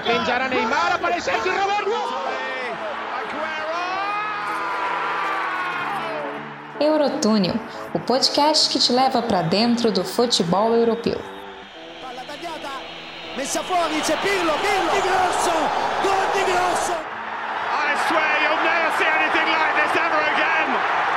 Spingerà Neymar, aparece Sergio Roberto. Eurotúnel, o podcast que te leva para dentro do futebol europeu. Palla tagliata, messa fuori, c'è Pirlo, di Grosso, gol di Grosso. I swear you'll never see anything like this ever again.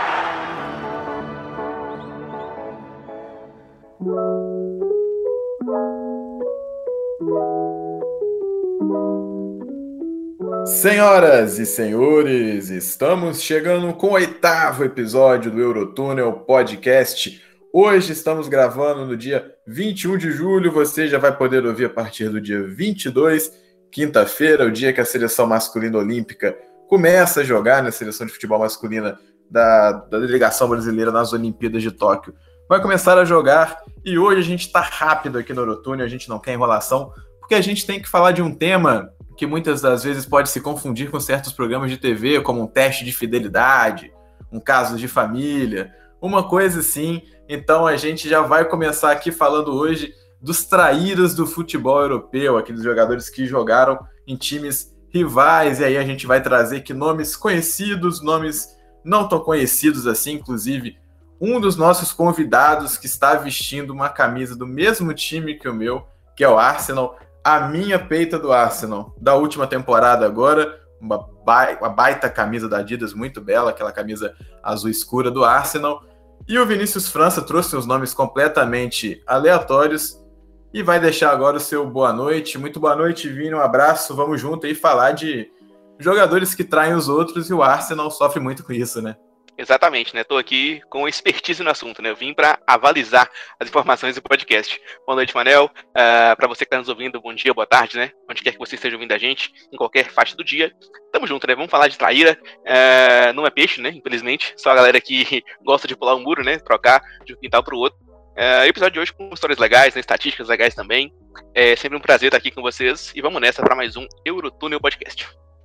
Senhoras e senhores, estamos chegando com o 8º episódio do Eurotúnel Podcast. Hoje estamos gravando no dia 21 de julho, você já vai poder ouvir a partir do dia 22, quinta-feira, o dia que a seleção masculina olímpica começa a jogar na seleção de futebol masculina da delegação brasileira nas Olimpíadas de Tóquio. Vai começar a jogar e hoje a gente está rápido aqui no Eurotúnel, a gente não quer enrolação, porque a gente tem que falar de um tema que muitas das vezes pode se confundir com certos programas de TV, como um teste de fidelidade, um caso de família, uma coisa assim. Então a gente já vai começar aqui falando hoje dos traíras do futebol europeu, aqueles jogadores que jogaram em times rivais, e aí a gente vai trazer que nomes conhecidos, nomes não tão conhecidos assim, inclusive um dos nossos convidados que está vestindo uma camisa do mesmo time que o meu, que é o Arsenal, a minha peita do Arsenal, da última temporada agora, uma baita camisa da Adidas, muito bela, aquela camisa azul escura do Arsenal. E o Vinícius França trouxe uns nomes completamente aleatórios e vai deixar agora o seu boa noite. Muito boa noite, Vini, um abraço, vamos junto aí falar de jogadores que traem os outros, e o Arsenal sofre muito com isso, né? Exatamente, né? Tô aqui com expertise no assunto, né? Eu vim para avalizar as informações do podcast. Boa noite, Manel. Para você que está nos ouvindo, bom dia, boa tarde, né? Onde quer que você esteja ouvindo a gente, em qualquer faixa do dia. Tamo junto, né? Vamos falar de traíra. Não é peixe, né? Infelizmente. Só a galera que gosta de pular um muro, né? Trocar de um quintal pro outro. Episódio de hoje com histórias legais, né? Estatísticas legais também. É sempre um prazer estar aqui com vocês. E vamos nessa para mais um Eurotúnel Podcast.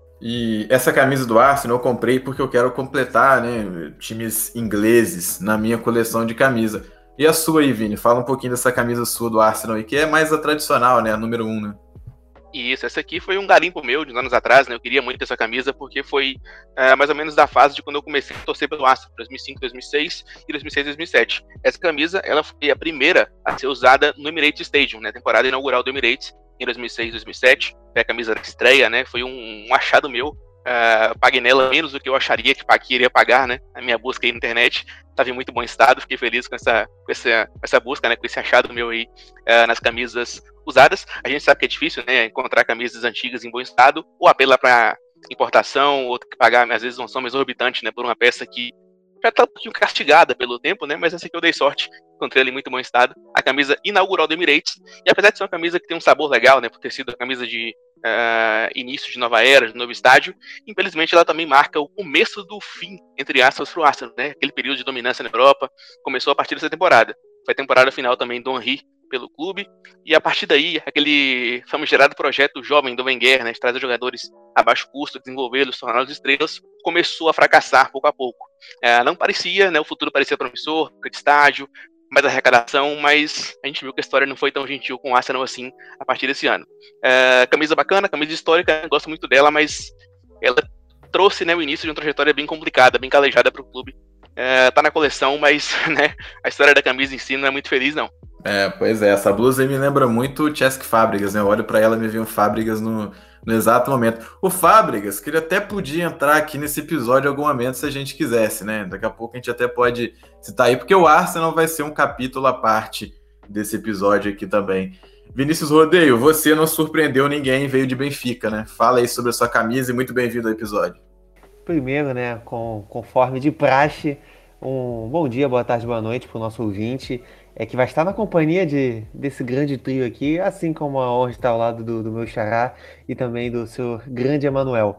E essa camisa do Arsenal eu comprei porque eu quero completar, né, times ingleses na minha coleção de camisa. E a sua aí, Vini? Fala um pouquinho dessa camisa sua do Arsenal aí, que é mais a tradicional, né, a número 1, né? Isso, essa aqui foi um garimpo meu de anos atrás, né? Eu queria muito essa camisa porque foi mais ou menos da fase de quando eu comecei a torcer pelo Arsenal, 2005, 2006 e 2006, 2007. Essa camisa, ela foi a primeira a ser usada no Emirates Stadium, né? Temporada inaugural do Emirates em 2006, 2007. Foi a camisa da estreia, né? Foi um achado meu. Paguei nela menos do que eu acharia que iria pagar, né? A minha busca aí na internet estava em muito bom estado, fiquei feliz com essa busca, né? Com esse achado meu aí nas camisas usadas. A gente sabe que é difícil, né? Encontrar camisas antigas em bom estado, ou apela para importação, ou pagar às vezes uma soma exorbitante, né? Por uma peça que já está um pouquinho castigada pelo tempo, né? Mas essa aqui eu dei sorte, encontrei ela em muito bom estado. A camisa inaugural do Emirates, e apesar de ser uma camisa que tem um sabor legal, né? Por ter sido a camisa de início de nova era, de novo estádio, infelizmente ela também marca o começo do fim, entre aspas, pro Arsenal, né? Aquele período de dominância na Europa começou a partir dessa temporada. Foi a temporada final também do Henry pelo clube, e a partir daí, aquele famigerado projeto jovem do Wenger, né, de trazer jogadores a baixo custo, desenvolvê-los, torná-los estrelas, começou a fracassar pouco a pouco. Não parecia, né, o futuro parecia promissor, de estádio, mais arrecadação, mas a gente viu que a história não foi tão gentil com o Arsenal assim a partir desse ano. Camisa bacana, camisa histórica, gosto muito dela, mas ela trouxe, né, o início de uma trajetória bem complicada, bem calejada para o clube. Tá na coleção, mas né, a história da camisa em si não é muito feliz, não. Pois é, essa blusa aí me lembra muito o Cesc Fábregas, né? Eu olho pra ela e me vem o Fábregas no exato momento. O Fábregas, que ele até podia entrar aqui nesse episódio em algum momento se a gente quisesse, né? Daqui a pouco a gente até pode citar aí, porque o Arsenal vai ser um capítulo à parte desse episódio aqui também. Vinícius Rodeio, você não surpreendeu ninguém, veio de Benfica, né? Fala aí sobre a sua camisa e muito bem-vindo ao episódio. Primeiro, né, conforme de praxe, um bom dia, boa tarde, boa noite para o nosso ouvinte, que vai estar na companhia desse grande trio aqui, assim como a honra está ao lado do meu xará e também do seu grande Emanuel.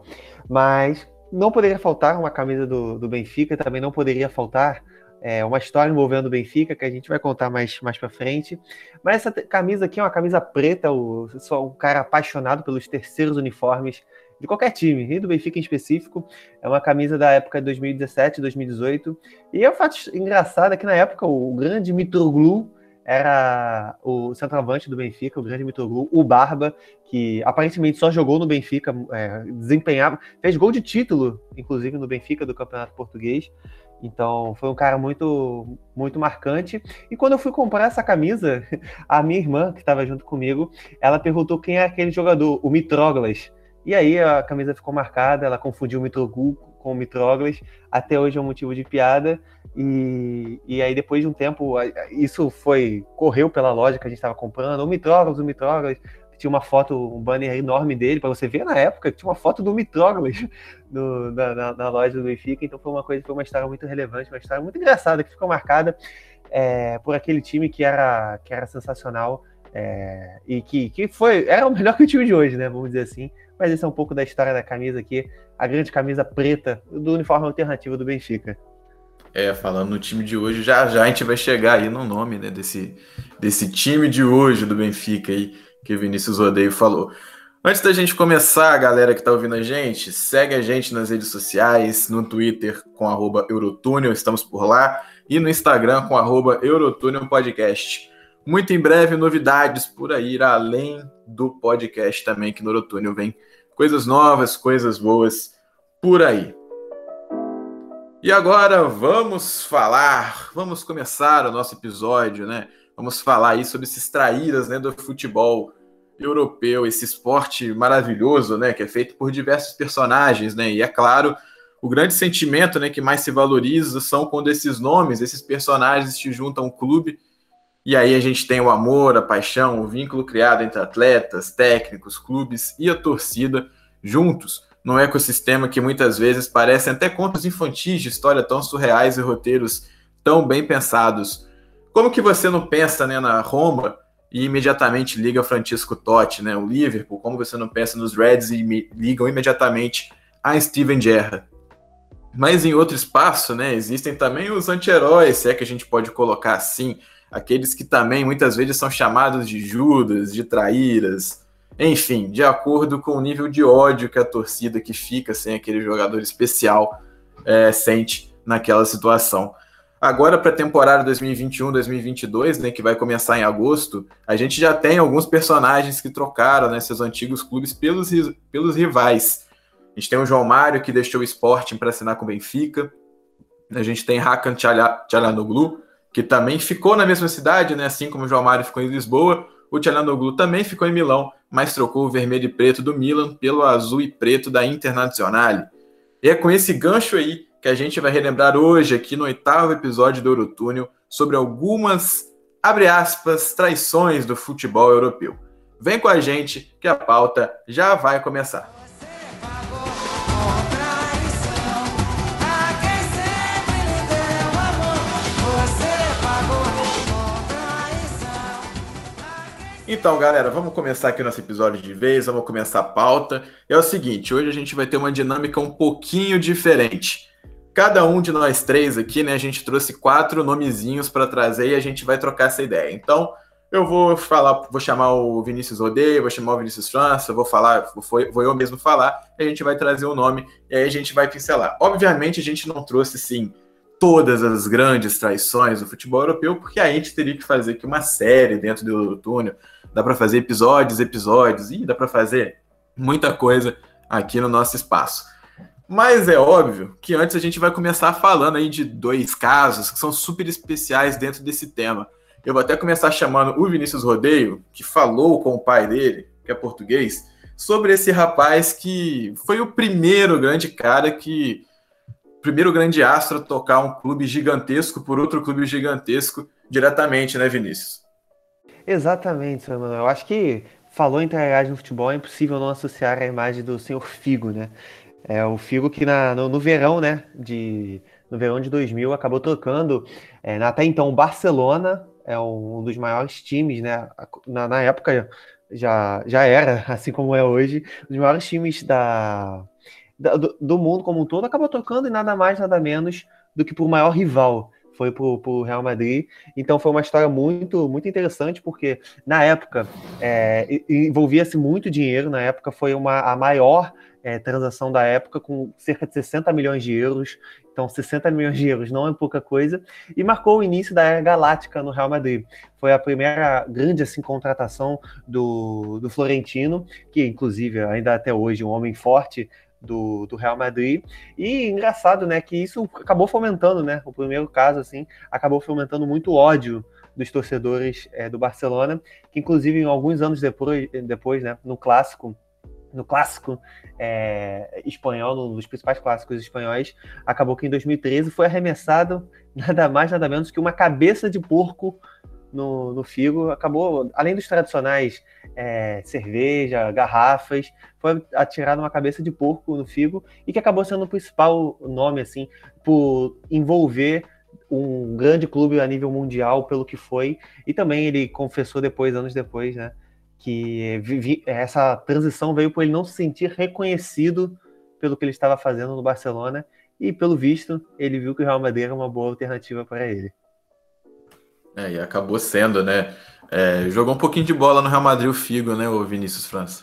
Mas não poderia faltar uma camisa do Benfica, também não poderia faltar uma história envolvendo o Benfica, que a gente vai contar mais para frente. Mas essa camisa aqui é uma camisa preta, eu sou um cara apaixonado pelos terceiros uniformes de qualquer time, e do Benfica em específico. É uma camisa da época de 2017, 2018. E é um fato engraçado que na época o grande Mitroglou era o centroavante do Benfica, o grande Mitroglou, o Barba, que aparentemente só jogou no Benfica, fez gol de título, inclusive no Benfica do Campeonato Português. Então foi um cara muito, muito marcante. E quando eu fui comprar essa camisa, a minha irmã, que estava junto comigo, ela perguntou quem é aquele jogador, o Mitroglou. E aí a camisa ficou marcada, ela confundiu o Mitroglou com o Mitroglou. Até hoje é um motivo de piada. E aí depois de um tempo, isso correu pela loja que a gente estava comprando, o Mitroglou. Tinha uma foto, um banner enorme dele, para você ver na época, tinha uma foto do Mitroglou na loja do Benfica. Então foi uma história muito relevante, uma história muito engraçada, que ficou marcada por aquele time que era sensacional, e que era o melhor que o time de hoje, né? Vamos dizer assim. Mas esse é um pouco da história da camisa aqui, a grande camisa preta do uniforme alternativo do Benfica. Falando no time de hoje, já a gente vai chegar aí no nome, né, desse time de hoje do Benfica aí, que o Vinícius Rodeio falou. Antes da gente começar, a galera que tá ouvindo a gente, segue a gente nas redes sociais, no Twitter com @Eurotúnel, estamos por lá, e no Instagram com @Eurotúnel Podcast. Muito em breve, novidades por aí, além do podcast também, que no Eurotúnel vem coisas novas, coisas boas por aí. E agora vamos começar o nosso episódio, né? Vamos falar aí sobre esses traíras, né, do futebol europeu, esse esporte maravilhoso, né, que é feito por diversos personagens, né? E é claro, o grande sentimento, né, que mais se valoriza são quando esses nomes, esses personagens se juntam a um clube, e aí a gente tem o amor, a paixão, o vínculo criado entre atletas, técnicos, clubes e a torcida juntos, num ecossistema que muitas vezes parecem até contos infantis de história tão surreais e roteiros tão bem pensados. Como que você não pensa, né, na Roma e imediatamente liga Francisco Totti, né, o Liverpool? Como você não pensa nos Reds e ligam imediatamente a Steven Gerrard? Mas em outro espaço, né, existem também os anti-heróis, se é que a gente pode colocar assim, aqueles que também muitas vezes são chamados de Judas, de traíras, enfim, de acordo com o nível de ódio que a torcida que fica sem aquele jogador especial sente naquela situação. Agora, para a temporada 2021-2022, né, que vai começar em agosto, a gente já tem alguns personagens que trocaram, né, seus antigos clubes pelos rivais. A gente tem o João Mário, que deixou o Sporting para assinar com o Benfica. A gente tem Hakan Çalhanoğlu, que também ficou na mesma cidade, né, assim como o João Mário ficou em Lisboa. O Çalhanoğlu também ficou em Milão, mas trocou o vermelho e preto do Milan pelo azul e preto da Internazionale. E é com esse gancho aí que a gente vai relembrar hoje, aqui no 8º episódio do Eurotúnel, sobre algumas, abre aspas, traições do futebol europeu. Vem com a gente que a pauta já vai começar. Então, galera, vamos começar aqui o nosso episódio de vez, vamos começar a pauta. É o seguinte, hoje a gente vai ter uma dinâmica um pouquinho diferente. Cada um de nós três aqui, né, a gente trouxe 4 nomezinhos para trazer e a gente vai trocar essa ideia. Então, eu vou chamar o Vinícius Rodeio, vou chamar o Vinícius França, vou eu mesmo falar, a gente vai trazer o nome e aí a gente vai pincelar. Obviamente, a gente não trouxe, sim, todas as grandes traições do futebol europeu, porque a gente teria que fazer aqui uma série dentro do Eurotúnel. Dá para fazer episódios, e dá para fazer muita coisa aqui no nosso espaço. Mas é óbvio que antes a gente vai começar falando aí de 2 casos que são super especiais dentro desse tema. Eu vou até começar chamando o Vinícius Rodeio, que falou com o pai dele, que é português, sobre esse rapaz que foi o primeiro grande astro a tocar um clube gigantesco por outro clube gigantesco diretamente, né, Vinícius? Exatamente, seu Emanuel. Eu acho que falou em trairagem no futebol, é impossível não associar a imagem do senhor Figo, né? É o Figo que no verão, né, no verão de 2000 acabou trocando, até então o Barcelona, é um dos maiores times, né, na época já era, assim como é hoje, um dos maiores times do mundo como um todo, acabou trocando e nada mais, nada menos do que por maior rival. Foi pro Real Madrid. Então foi uma história muito, muito interessante, porque na época envolvia-se muito dinheiro, na época foi a maior transação da época, com cerca de 60 milhões de euros. Então, 60 milhões de euros não é pouca coisa. E marcou o início da era galáctica no Real Madrid. Foi a primeira grande assim, contratação do Florentino, que inclusive ainda até hoje é um homem forte do Real Madrid. E engraçado, né, que isso acabou fomentando, né, o primeiro caso, assim, acabou fomentando muito ódio dos torcedores do Barcelona, que inclusive alguns anos depois, né, no clássico espanhol, nos principais clássicos espanhóis, acabou que em 2013 foi arremessado nada mais, nada menos que uma cabeça de porco no Figo. Acabou, além dos tradicionais cerveja, garrafas, foi atirada uma cabeça de porco no Figo, e que acabou sendo o principal nome, assim, por envolver um grande clube a nível mundial pelo que foi. E também ele confessou anos depois, né, que essa transição veio por ele não se sentir reconhecido pelo que ele estava fazendo no Barcelona, e pelo visto ele viu que o Real Madrid era uma boa alternativa para ele. E acabou sendo, né? Jogou um pouquinho de bola no Real Madrid o Figo, né, o Vinícius França?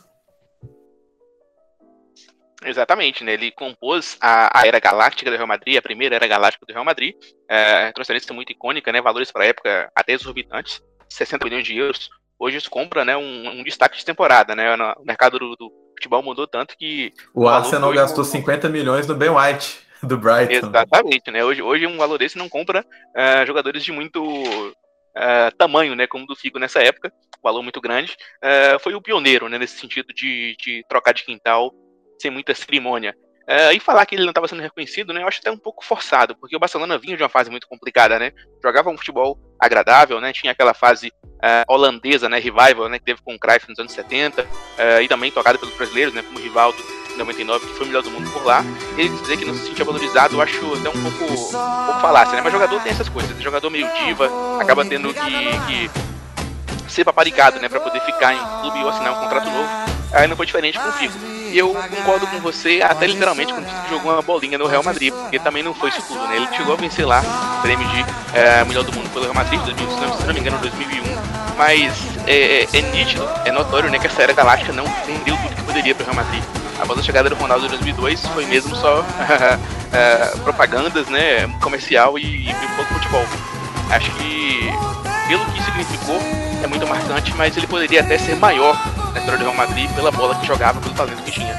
Exatamente, né? Ele compôs a Era Galáctica do Real Madrid, a primeira Era Galáctica do Real Madrid, transferência muito icônica, né? Valores para a época até exorbitantes, 60 milhões de euros. Hoje isso compra, né, um destaque de temporada, né? O mercado do futebol mudou tanto que... O Arsenal gastou 50 milhões no Ben White, do Brighton. Exatamente, né? Hoje um valor desse não compra jogadores de muito tamanho, né, como o do Figo nessa época, um valor muito grande. Foi o pioneiro, né, nesse sentido de trocar de quintal sem muita cerimônia. E falar que ele não estava sendo reconhecido, né, eu acho até um pouco forçado, porque o Barcelona vinha de uma fase muito complicada, né? Jogava um futebol agradável, né? Tinha aquela fase holandesa, né, revival, né, que teve com o Cruyff nos anos 70, e também tocada pelos brasileiros, né, como o Rivaldo em 99, que foi o melhor do mundo por lá. Ele dizer que não se sentia valorizado, eu acho até um pouco falácia, né? Mas jogador tem essas coisas, jogador meio diva, acaba tendo que ser paparicado, né, para poder ficar em um clube ou assinar um contrato novo. Aí não foi diferente com o Figo. E eu concordo com você, até literalmente, quando ele jogou uma bolinha no Real Madrid, porque também não foi isso tudo, né? Ele chegou a vencer lá o prêmio de melhor do mundo pelo Real Madrid, se não me engano, 2001. Mas é nítido, é notório, né, que essa Era Galáctica não vendeu tudo que poderia para o Real Madrid. Após a chegada do Ronaldo em 2002, foi mesmo só propagandas, né, comercial e pouco futebol. Acho que, pelo que significou, é muito marcante, mas ele poderia até ser maior na história do Real Madrid pela bola que jogava, pelo talento que tinha.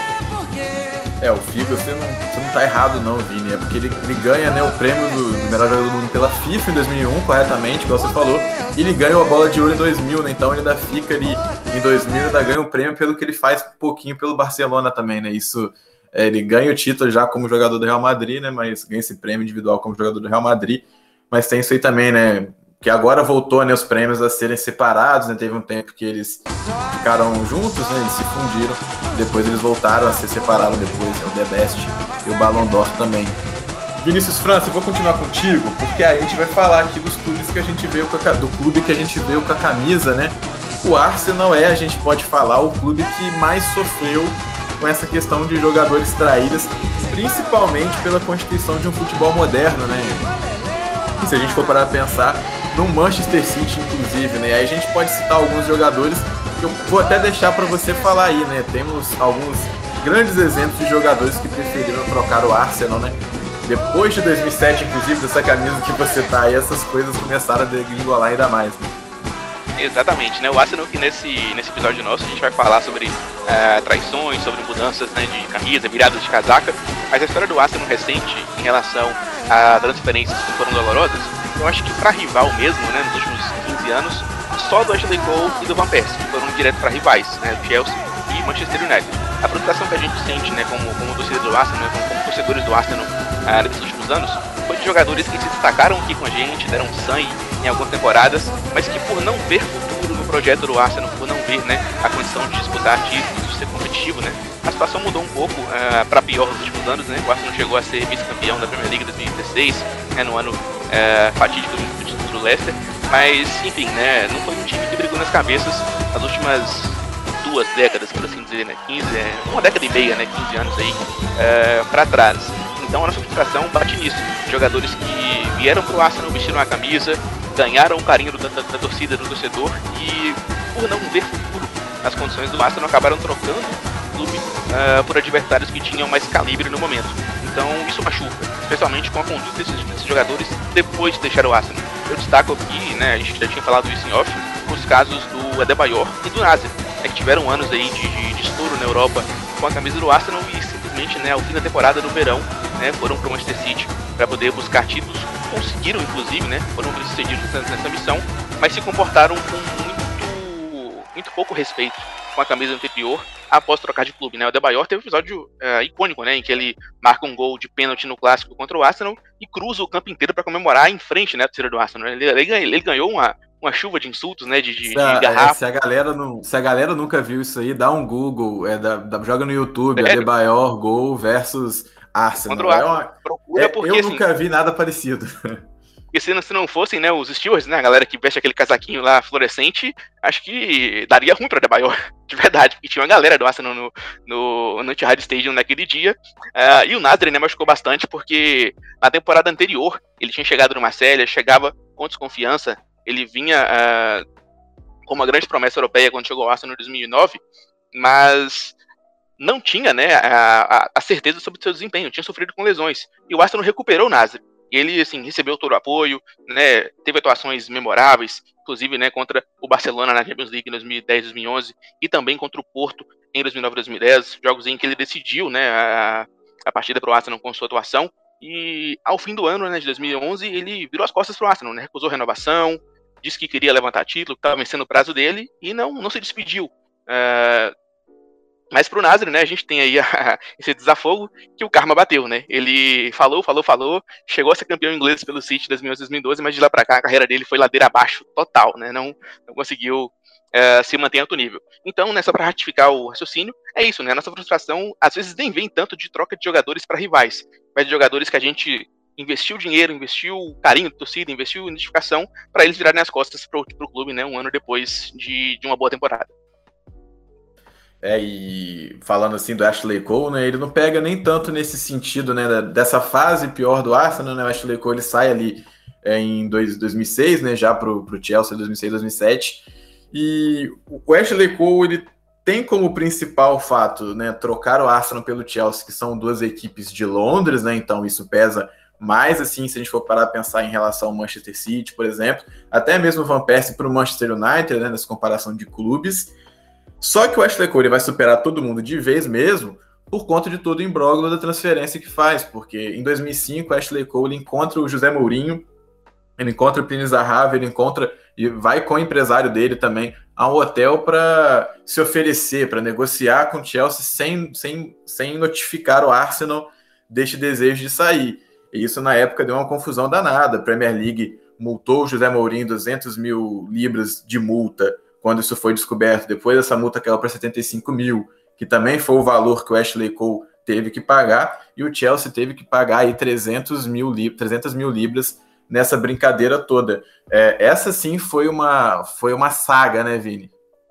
O Figo, você não tá errado não, Vini, porque ele ganha, né, o prêmio do melhor jogador do mundo pela FIFA em 2001, corretamente, como você falou, e ele ganha a bola de ouro em 2000, né, então ele ainda fica ali em 2000, ainda ganha o prêmio pelo que ele faz um pouquinho pelo Barcelona também, né, isso, ele ganha o título já como jogador do Real Madrid, né, mas ganha esse prêmio individual como jogador do Real Madrid, mas tem isso aí também, né, que agora voltou, né, os prêmios a serem separados, né, teve um tempo que eles ficaram juntos, né, eles se fundiram, depois eles voltaram a ser separados depois, o The Best e o Ballon d'Or também. Vinícius França, eu vou continuar contigo, porque a gente vai falar aqui dos clubes que a gente veio do clube que a gente veio com a camisa, né, o Arsenal a gente pode falar, o clube que mais sofreu com essa questão de jogadores traídos, principalmente pela constituição de um futebol moderno, né, e se a gente for parar a pensar, no Manchester City, inclusive, né? Aí a gente pode citar alguns jogadores que eu vou até deixar para você falar aí, né? Temos alguns grandes exemplos de jogadores que preferiram trocar o Arsenal, né? Depois de 2007, inclusive, dessa camisa que você tá aí, essas coisas começaram a degringolar ainda mais, né? Exatamente, né? O Arsenal, que nesse episódio nosso a gente vai falar sobre traições, sobre mudanças, né, de camisa, viradas de casaca, mas a história do Arsenal recente em relação a transferências que foram dolorosas, eu acho que para rival mesmo, né, nos últimos 15 anos, só do Ashley Cole e do Van Persie, que foram direto para rivais, né, Chelsea e Manchester United. A frustração que a gente sente, né, como torcedor do Arsenal, né, como torcedores do Arsenal nesses últimos anos, foi de jogadores que se destacaram aqui com a gente, deram sangue em algumas temporadas, mas que por não ver futuro no projeto do Arsenal, por não ver, né, a condição de disputar títulos, de ser competitivo, né, a situação mudou um pouco para pior nos últimos anos, né. O Arsenal chegou a ser vice-campeão da Premier League 2016, né, no ano fatídico do título do Leicester, mas enfim, né, não foi um time que brigou nas cabeças as últimas 2 décadas, por assim dizer, né, 15, uma década e meia, né, 15 anos aí para trás. Então a nossa frustração bate nisso, jogadores que vieram pro Arsenal, vestiram a camisa, ganharam o carinho da torcida, do torcedor, e por não ver futuro nas condições do Arsenal acabaram trocando clube por adversários que tinham mais calibre no momento. Então isso machuca, especialmente com a conduta desses jogadores depois de deixar o Arsenal. Eu destaco aqui, né, a gente já tinha falado isso em off, os casos do Adebayor e do Nasri, que tiveram anos aí de estouro na Europa com a camisa do Arsenal e simplesmente, né, ao fim da temporada do verão, né, foram para o Manchester City para poder buscar títulos, conseguiram inclusive, né, foram bem-sucedidos nessa missão, mas se comportaram com muito pouco respeito com a camisa anterior após trocar de clube, né? O Adebayor teve um episódio icônico, né, em que ele marca um gol de pênalti no clássico contra o Arsenal e cruza o campo inteiro para comemorar em frente, né, da torcida do Arsenal. Ele ganhou uma chuva de insultos, né, de garrafa. Se a galera nunca viu isso aí, dá um Google, joga no YouTube, Adebayor gol versus Arsenal. Contra o Arsenal. Procura porque, eu nunca vi nada parecido. Porque se não fossem, né, os stewards, né, a galera que veste aquele casaquinho lá fluorescente, acho que daria ruim para Adebayor, de verdade, porque tinha uma galera do Arsenal no Etihad Stadium naquele dia, e o Nasri, né, machucou bastante, porque na temporada anterior ele tinha chegado no Marselha, chegava com desconfiança, ele vinha como uma grande promessa europeia quando chegou ao Arsenal em 2009, mas não tinha, né, a certeza sobre o seu desempenho, tinha sofrido com lesões, e o Arsenal recuperou o Nasri. E ele, assim, recebeu todo o apoio, né, teve atuações memoráveis, inclusive, né, contra o Barcelona na Champions League em 2010, 2011, e também contra o Porto em 2009, 2010, jogos em que ele decidiu, né, a partida para o Arsenal com sua atuação, e ao fim do ano, né, de 2011, ele virou as costas para o Arsenal, né, recusou renovação, disse que queria levantar título, que estava vencendo o prazo dele, e não se despediu. Mas pro Nasri, né, a gente tem aí esse desafogo que o karma bateu, né? Ele falou, chegou a ser campeão inglês pelo City em 2011, 2012, mas de lá pra cá a carreira dele foi ladeira abaixo total, né? Não conseguiu se manter em alto nível. Então, né, só pra ratificar o raciocínio, é isso, né? A nossa frustração às vezes nem vem tanto de troca de jogadores para rivais, mas de jogadores que a gente investiu dinheiro, investiu carinho de torcida, investiu identificação para eles virarem as costas pro clube, né? Um ano depois de uma boa temporada. E falando assim do Ashley Cole, né, ele não pega nem tanto nesse sentido, né, dessa fase pior do Arsenal, né, o Ashley Cole ele sai ali em 2006, né, já pro Chelsea, 2006, 2007, e o Ashley Cole ele tem como principal fato, né, trocar o Arsenal pelo Chelsea, que são duas equipes de Londres, né, então isso pesa mais, assim, se a gente for parar a pensar em relação ao Manchester City, por exemplo, até mesmo o Van Persie para o Manchester United, né, nessa comparação de clubes. Só que o Ashley Cole vai superar todo mundo de vez mesmo por conta de todo o imbróglio da transferência que faz, porque em 2005 o Ashley Cole encontra o José Mourinho, ele encontra o Plínio Zahavi, ele encontra e vai com o empresário dele também a um hotel para se oferecer, para negociar com o Chelsea sem notificar o Arsenal deste desejo de sair. E isso na época deu uma confusão danada. A Premier League multou o José Mourinho 200 mil libras de multa quando isso foi descoberto. Depois essa multa caiu para 75 mil, que também foi o valor que o Ashley Cole teve que pagar, e o Chelsea teve que pagar aí 300 mil libras nessa brincadeira toda. Essa sim foi uma saga, né, Vini?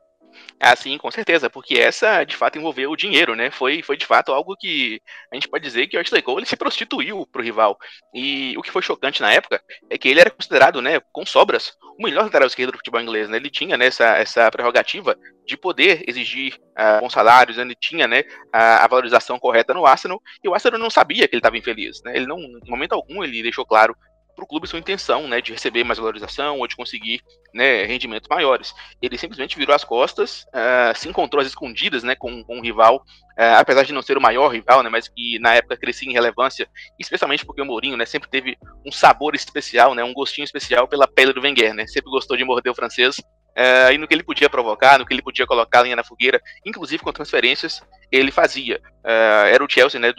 Ah, sim, com certeza, porque essa de fato envolveu o dinheiro, né? Foi de fato algo que a gente pode dizer que o Ashley Cole ele se prostituiu pro rival. E o que foi chocante na época é que ele era considerado, né, com sobras, o melhor lateral esquerdo do futebol inglês, né? Ele tinha, né, essa prerrogativa de poder exigir bons salários, ele tinha, né, a valorização correta no Arsenal, e o Arsenal não sabia que ele estava infeliz, né? Ele não, em momento algum, ele deixou claro para o clube sua intenção, né, de receber mais valorização ou de conseguir, né, rendimentos maiores. Ele simplesmente virou as costas, se encontrou às escondidas, né, com um rival, apesar de não ser o maior rival, né, mas que na época crescia em relevância, especialmente porque o Mourinho, né, sempre teve um sabor especial, né, um gostinho especial pela pele do Wenger, né, sempre gostou de morder o francês, e no que ele podia provocar, no que ele podia colocar a linha na fogueira, inclusive com transferências, ele fazia. Era o Chelsea, né,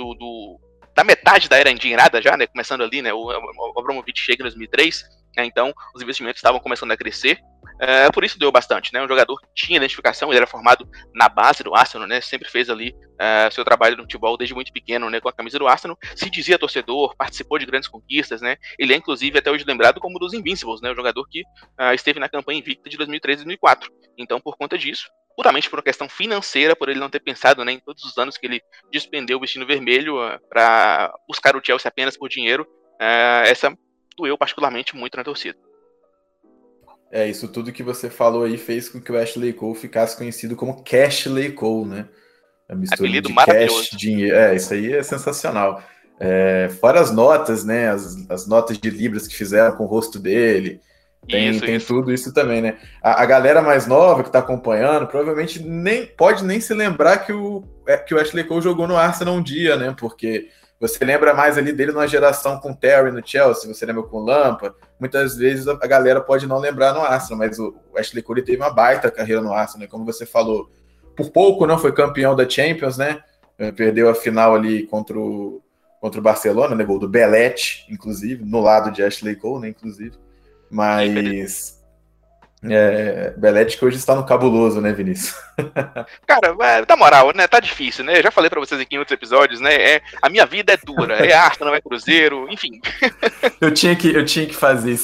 da metade da era endinheirada já, né, começando ali, né, o Abramovich chega em 2003, né, então os investimentos estavam começando a crescer, por isso deu bastante, né, um jogador que tinha identificação, ele era formado na base do Arsenal, né, sempre fez ali seu trabalho no futebol desde muito pequeno, né, com a camisa do Arsenal, se dizia torcedor, participou de grandes conquistas, né, ele é inclusive até hoje lembrado como dos Invincibles, né, o jogador que esteve na campanha invicta de 2003 e 2004, então por conta disso, puramente por uma questão financeira, por ele não ter pensado, né, em todos os anos que ele despendeu o vestido vermelho para buscar o Chelsea apenas por dinheiro, essa doeu particularmente muito na torcida. Isso tudo que você falou aí fez com que o Ashley Cole ficasse conhecido como Cashley Cole, né? A mistura Apelido de maravilhoso. cash, dinheiro. Isso aí é sensacional. Fora as notas, né? As notas de libras que fizeram com o rosto dele. Tem tudo isso também, né? A galera mais nova que tá acompanhando provavelmente pode nem se lembrar que o Ashley Cole jogou no Arsenal um dia, né? Porque você lembra mais ali dele numa geração com o Terry no Chelsea, você lembra com o Lampard. Muitas vezes a galera pode não lembrar no Arsenal, mas o Ashley Cole teve uma baita carreira no Arsenal, né? Como você falou, por pouco não foi campeão da Champions, né? Perdeu a final ali contra o Barcelona, né? Gol do Belletti, inclusive, no lado de Ashley Cole, né? Inclusive. Mas Belletti que hoje está no cabuloso, né, Vinícius? Cara, na moral, né, tá difícil, né? Eu já falei pra vocês aqui em outros episódios, né? A minha vida é dura, é Arsenal, não é Cruzeiro, enfim. Eu tinha que fazer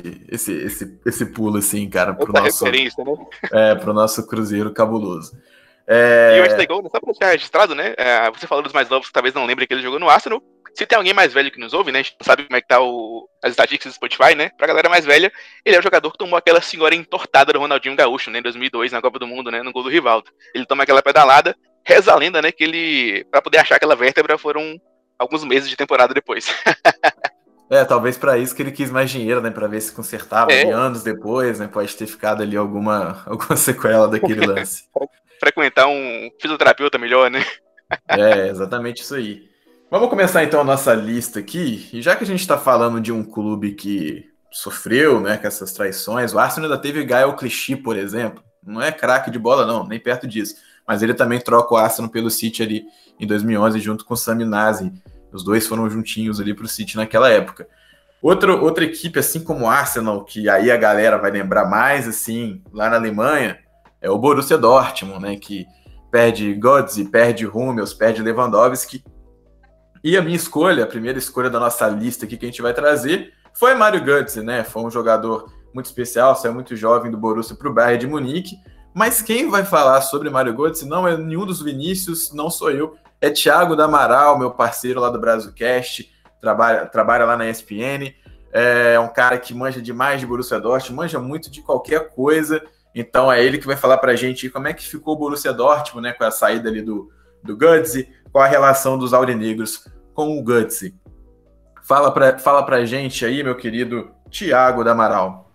esse pulo, assim, cara, pro referência, né? Pro nosso Cruzeiro cabuloso. E o Ashley Cole, só pra deixar registrado, né? Você falou dos mais novos que talvez não lembrem que ele jogou no Arsenal. Se tem alguém mais velho que nos ouve, né? A gente não sabe como é que tá as estatísticas do Spotify, né? Pra galera mais velha, ele é o jogador que tomou aquela senhora entortada do Ronaldinho Gaúcho, né? Em 2002, na Copa do Mundo, né? No gol do Rivaldo. Ele toma aquela pedalada, reza a lenda, né? Que ele, pra poder achar aquela vértebra, foram alguns meses de temporada depois. Talvez pra isso que ele quis mais dinheiro, né? Pra ver se consertava ali anos depois, né? Pode ter ficado ali alguma sequela daquele lance. Frequentar um fisioterapeuta melhor, né? Exatamente isso aí. Vamos começar então a nossa lista aqui, e já que a gente está falando de um clube que sofreu, né, com essas traições, o Arsenal ainda teve Gael Clichy, por exemplo, não é craque de bola não, nem perto disso, mas ele também troca o Arsenal pelo City ali em 2011 junto com o Sami Nazi, os dois foram juntinhos ali para o City naquela época. Outra equipe, assim como o Arsenal, que aí a galera vai lembrar mais, assim, lá na Alemanha, é o Borussia Dortmund, né, que perde Götze, perde Hummels, perde Lewandowski. E a minha escolha, a primeira escolha da nossa lista aqui que a gente vai trazer, foi Mario Götze, né? Foi um jogador muito especial, saiu muito jovem do Borussia para o Bayern de Munique. Mas quem vai falar sobre Mario Götze não é nenhum dos Vinícius, não sou eu. É Thiago Damaral, meu parceiro lá do Brazucast, trabalha lá na ESPN. É um cara que manja demais de Borussia Dortmund, manja muito de qualquer coisa. Então é ele que vai falar para a gente como é que ficou o Borussia Dortmund, né? Com a saída ali do Götze, qual a relação dos aurinegros com o Götze. Fala pra gente aí, meu querido Thiago Damaral.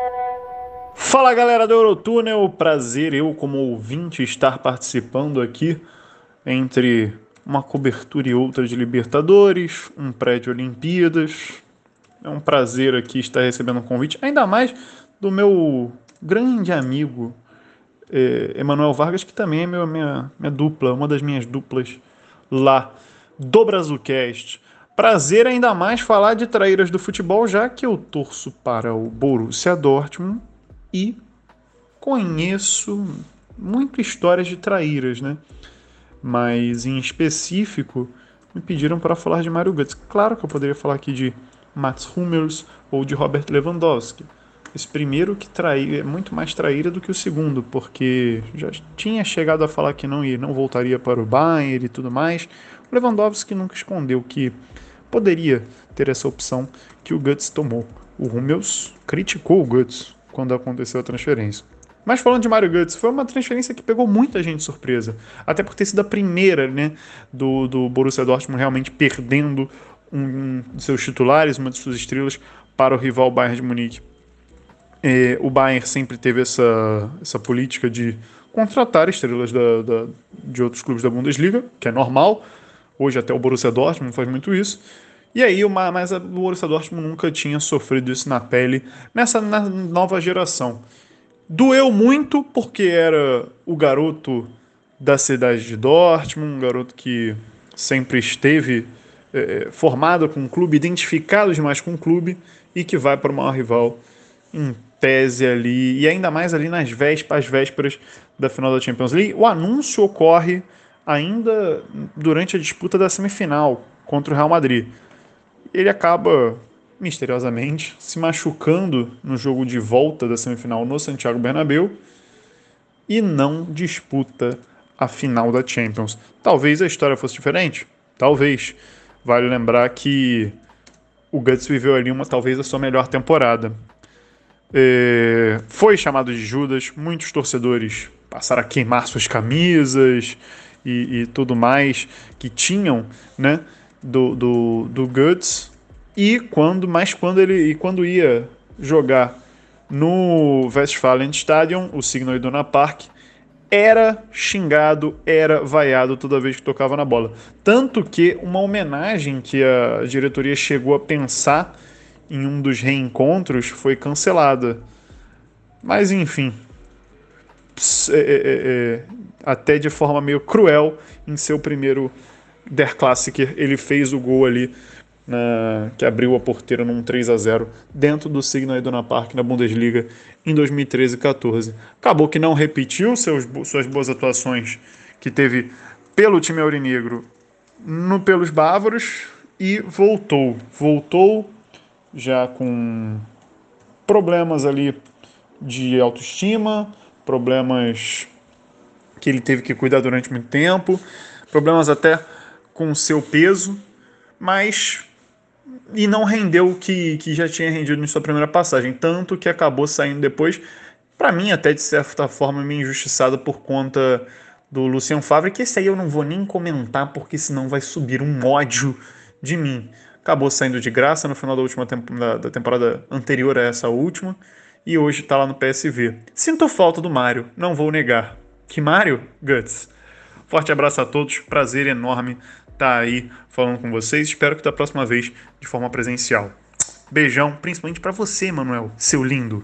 Fala, galera do Eurotúnel, prazer eu como ouvinte estar participando aqui entre uma cobertura e outra de Libertadores, um pré-Olimpíadas. É um prazer aqui estar recebendo um convite, ainda mais do meu grande amigo Emanuel Vargas, que também é minha dupla, uma das minhas duplas lá do Brazucast. Prazer ainda mais falar de traíras do futebol, já que eu torço para o Borussia Dortmund e conheço muitas histórias de traíras, né? Mas em específico me pediram para falar de Mario Götze. Claro que eu poderia falar aqui de Mats Hummels ou de Robert Lewandowski. Esse primeiro que é muito mais traíra do que o segundo, porque já tinha chegado a falar que não voltaria para o Bayern e tudo mais. O Lewandowski nunca escondeu que poderia ter essa opção que o Götze tomou. O Hummels criticou o Götze quando aconteceu a transferência. Mas falando de Mario Götze, foi uma transferência que pegou muita gente de surpresa. Até por ter sido a primeira, né, do Borussia Dortmund realmente perdendo um de seus titulares, uma de suas estrelas, para o rival Bayern de Munique. O Bayern sempre teve essa política de contratar estrelas de outros clubes da Bundesliga, que é normal. Hoje até o Borussia Dortmund faz muito isso. E aí, mas o Borussia Dortmund nunca tinha sofrido isso na pele na nova geração. Doeu muito porque era o garoto da cidade de Dortmund, um garoto que sempre esteve formado com o clube, identificado demais com o clube, e que vai para o maior rival em tese ali, e ainda mais ali nas vésperas da final da Champions League. O anúncio ocorre ainda durante a disputa da semifinal contra o Real Madrid. Ele acaba, misteriosamente, se machucando no jogo de volta da semifinal no Santiago Bernabéu e não disputa a final da Champions. Talvez a história fosse diferente, talvez. Vale lembrar que o Götze viveu ali talvez a sua melhor temporada. Foi chamado de Judas, muitos torcedores passaram a queimar suas camisas e tudo mais que tinham, né, do Götze, quando ia jogar no Westfalenstadion, o Signal Iduna Park, era xingado, era vaiado toda vez que tocava na bola. Tanto que uma homenagem que a diretoria chegou a pensar em um dos reencontros foi cancelada. Mas enfim, até de forma meio cruel, em seu primeiro Der Klassiker, ele fez o gol ali, que abriu a porteira num 3-0 dentro do Signal Iduna Park na Bundesliga em 2013 e 14. Acabou que não repetiu suas boas atuações que teve pelo time aurinegro pelos bávaros e voltou já com problemas ali de autoestima, problemas que ele teve que cuidar durante muito tempo, problemas até com o seu peso, mas e não rendeu o que já tinha rendido em sua primeira passagem, tanto que acabou saindo depois, para mim até de certa forma meio injustiçado por conta do Lucien Favre, que esse aí eu não vou nem comentar, porque senão vai subir um ódio de mim. Acabou saindo de graça no final da temporada anterior a essa última, e hoje está lá no PSV. Sinto falta do Mário, não vou negar. Que Mário? Götze. Forte abraço a todos, prazer enorme estar aí falando com vocês. Espero que da próxima vez de forma presencial. Beijão, principalmente para você, Manuel, seu lindo.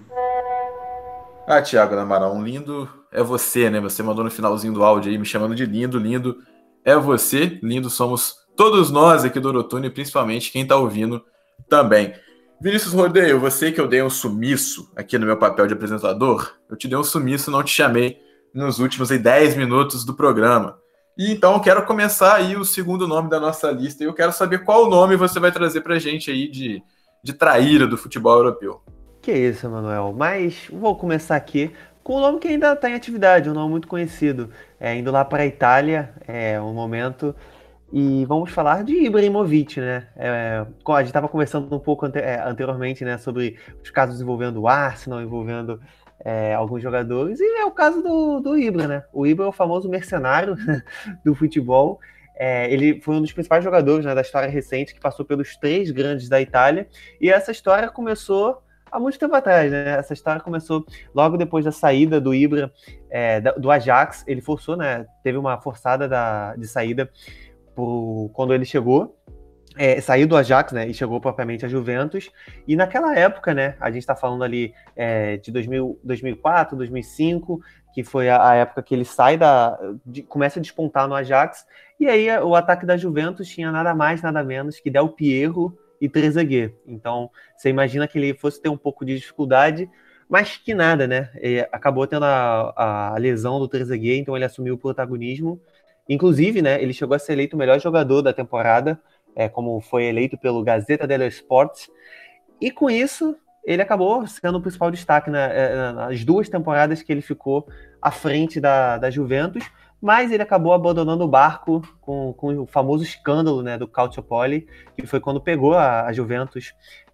Thiago Namarão, lindo é você, né? Você mandou no finalzinho do áudio aí me chamando de lindo. Lindo é você, lindo somos todos nós aqui do Eurotúnel, principalmente quem tá ouvindo também. Vinícius Rodeio, você que eu dei um sumiço aqui no meu papel de apresentador, eu te dei um sumiço, não te chamei nos últimos 10 minutos do programa. E então eu quero começar aí o segundo nome da nossa lista e eu quero saber qual nome você vai trazer pra gente aí de traíra do futebol europeu. Que isso, Manuel. Mas vou começar aqui com um nome que ainda está em atividade, um nome muito conhecido. Indo lá para a Itália, um momento. E vamos falar de Ibrahimovic, né? A gente estava conversando um pouco anteriormente, né, sobre os casos envolvendo o Arsenal, envolvendo alguns jogadores, e é o caso do Ibra, né? O Ibra é o famoso mercenário do futebol. Ele foi um dos principais jogadores, né, da história recente, que passou pelos 3 grandes da Itália, e essa história começou há muito tempo atrás, né? Essa história começou logo depois da saída do Ibra do Ajax. Ele forçou, né? Teve uma forçada de saída quando ele chegou, saiu do Ajax, né? E chegou propriamente à Juventus. E naquela época, né? A gente está falando ali de 2004, 2005, que foi a época que ele começa a despontar no Ajax. E aí o ataque da Juventus tinha nada mais, nada menos que Del Piero e Trezeguet. Então, você imagina que ele fosse ter um pouco de dificuldade, mas que nada, né? Acabou tendo a lesão do Trezeguet, então ele assumiu o protagonismo. Inclusive, né, ele chegou a ser eleito o melhor jogador da temporada, como foi eleito pelo Gazzetta dello Sport. E com isso, ele acabou sendo o principal destaque nas 2 temporadas que ele ficou à frente da Juventus, mas ele acabou abandonando o barco com o famoso escândalo, né, do Calciopoli, que foi quando pegou a Juventus.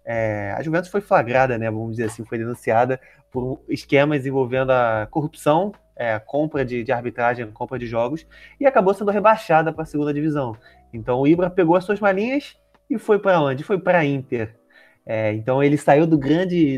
A Juventus foi flagrada, né, vamos dizer assim, foi denunciada por esquemas envolvendo a corrupção, compra de arbitragem, compra de jogos, e acabou sendo rebaixada para a 2ª divisão. Então o Ibra pegou as suas malinhas e foi para onde? Foi para a Inter. Então ele saiu do grande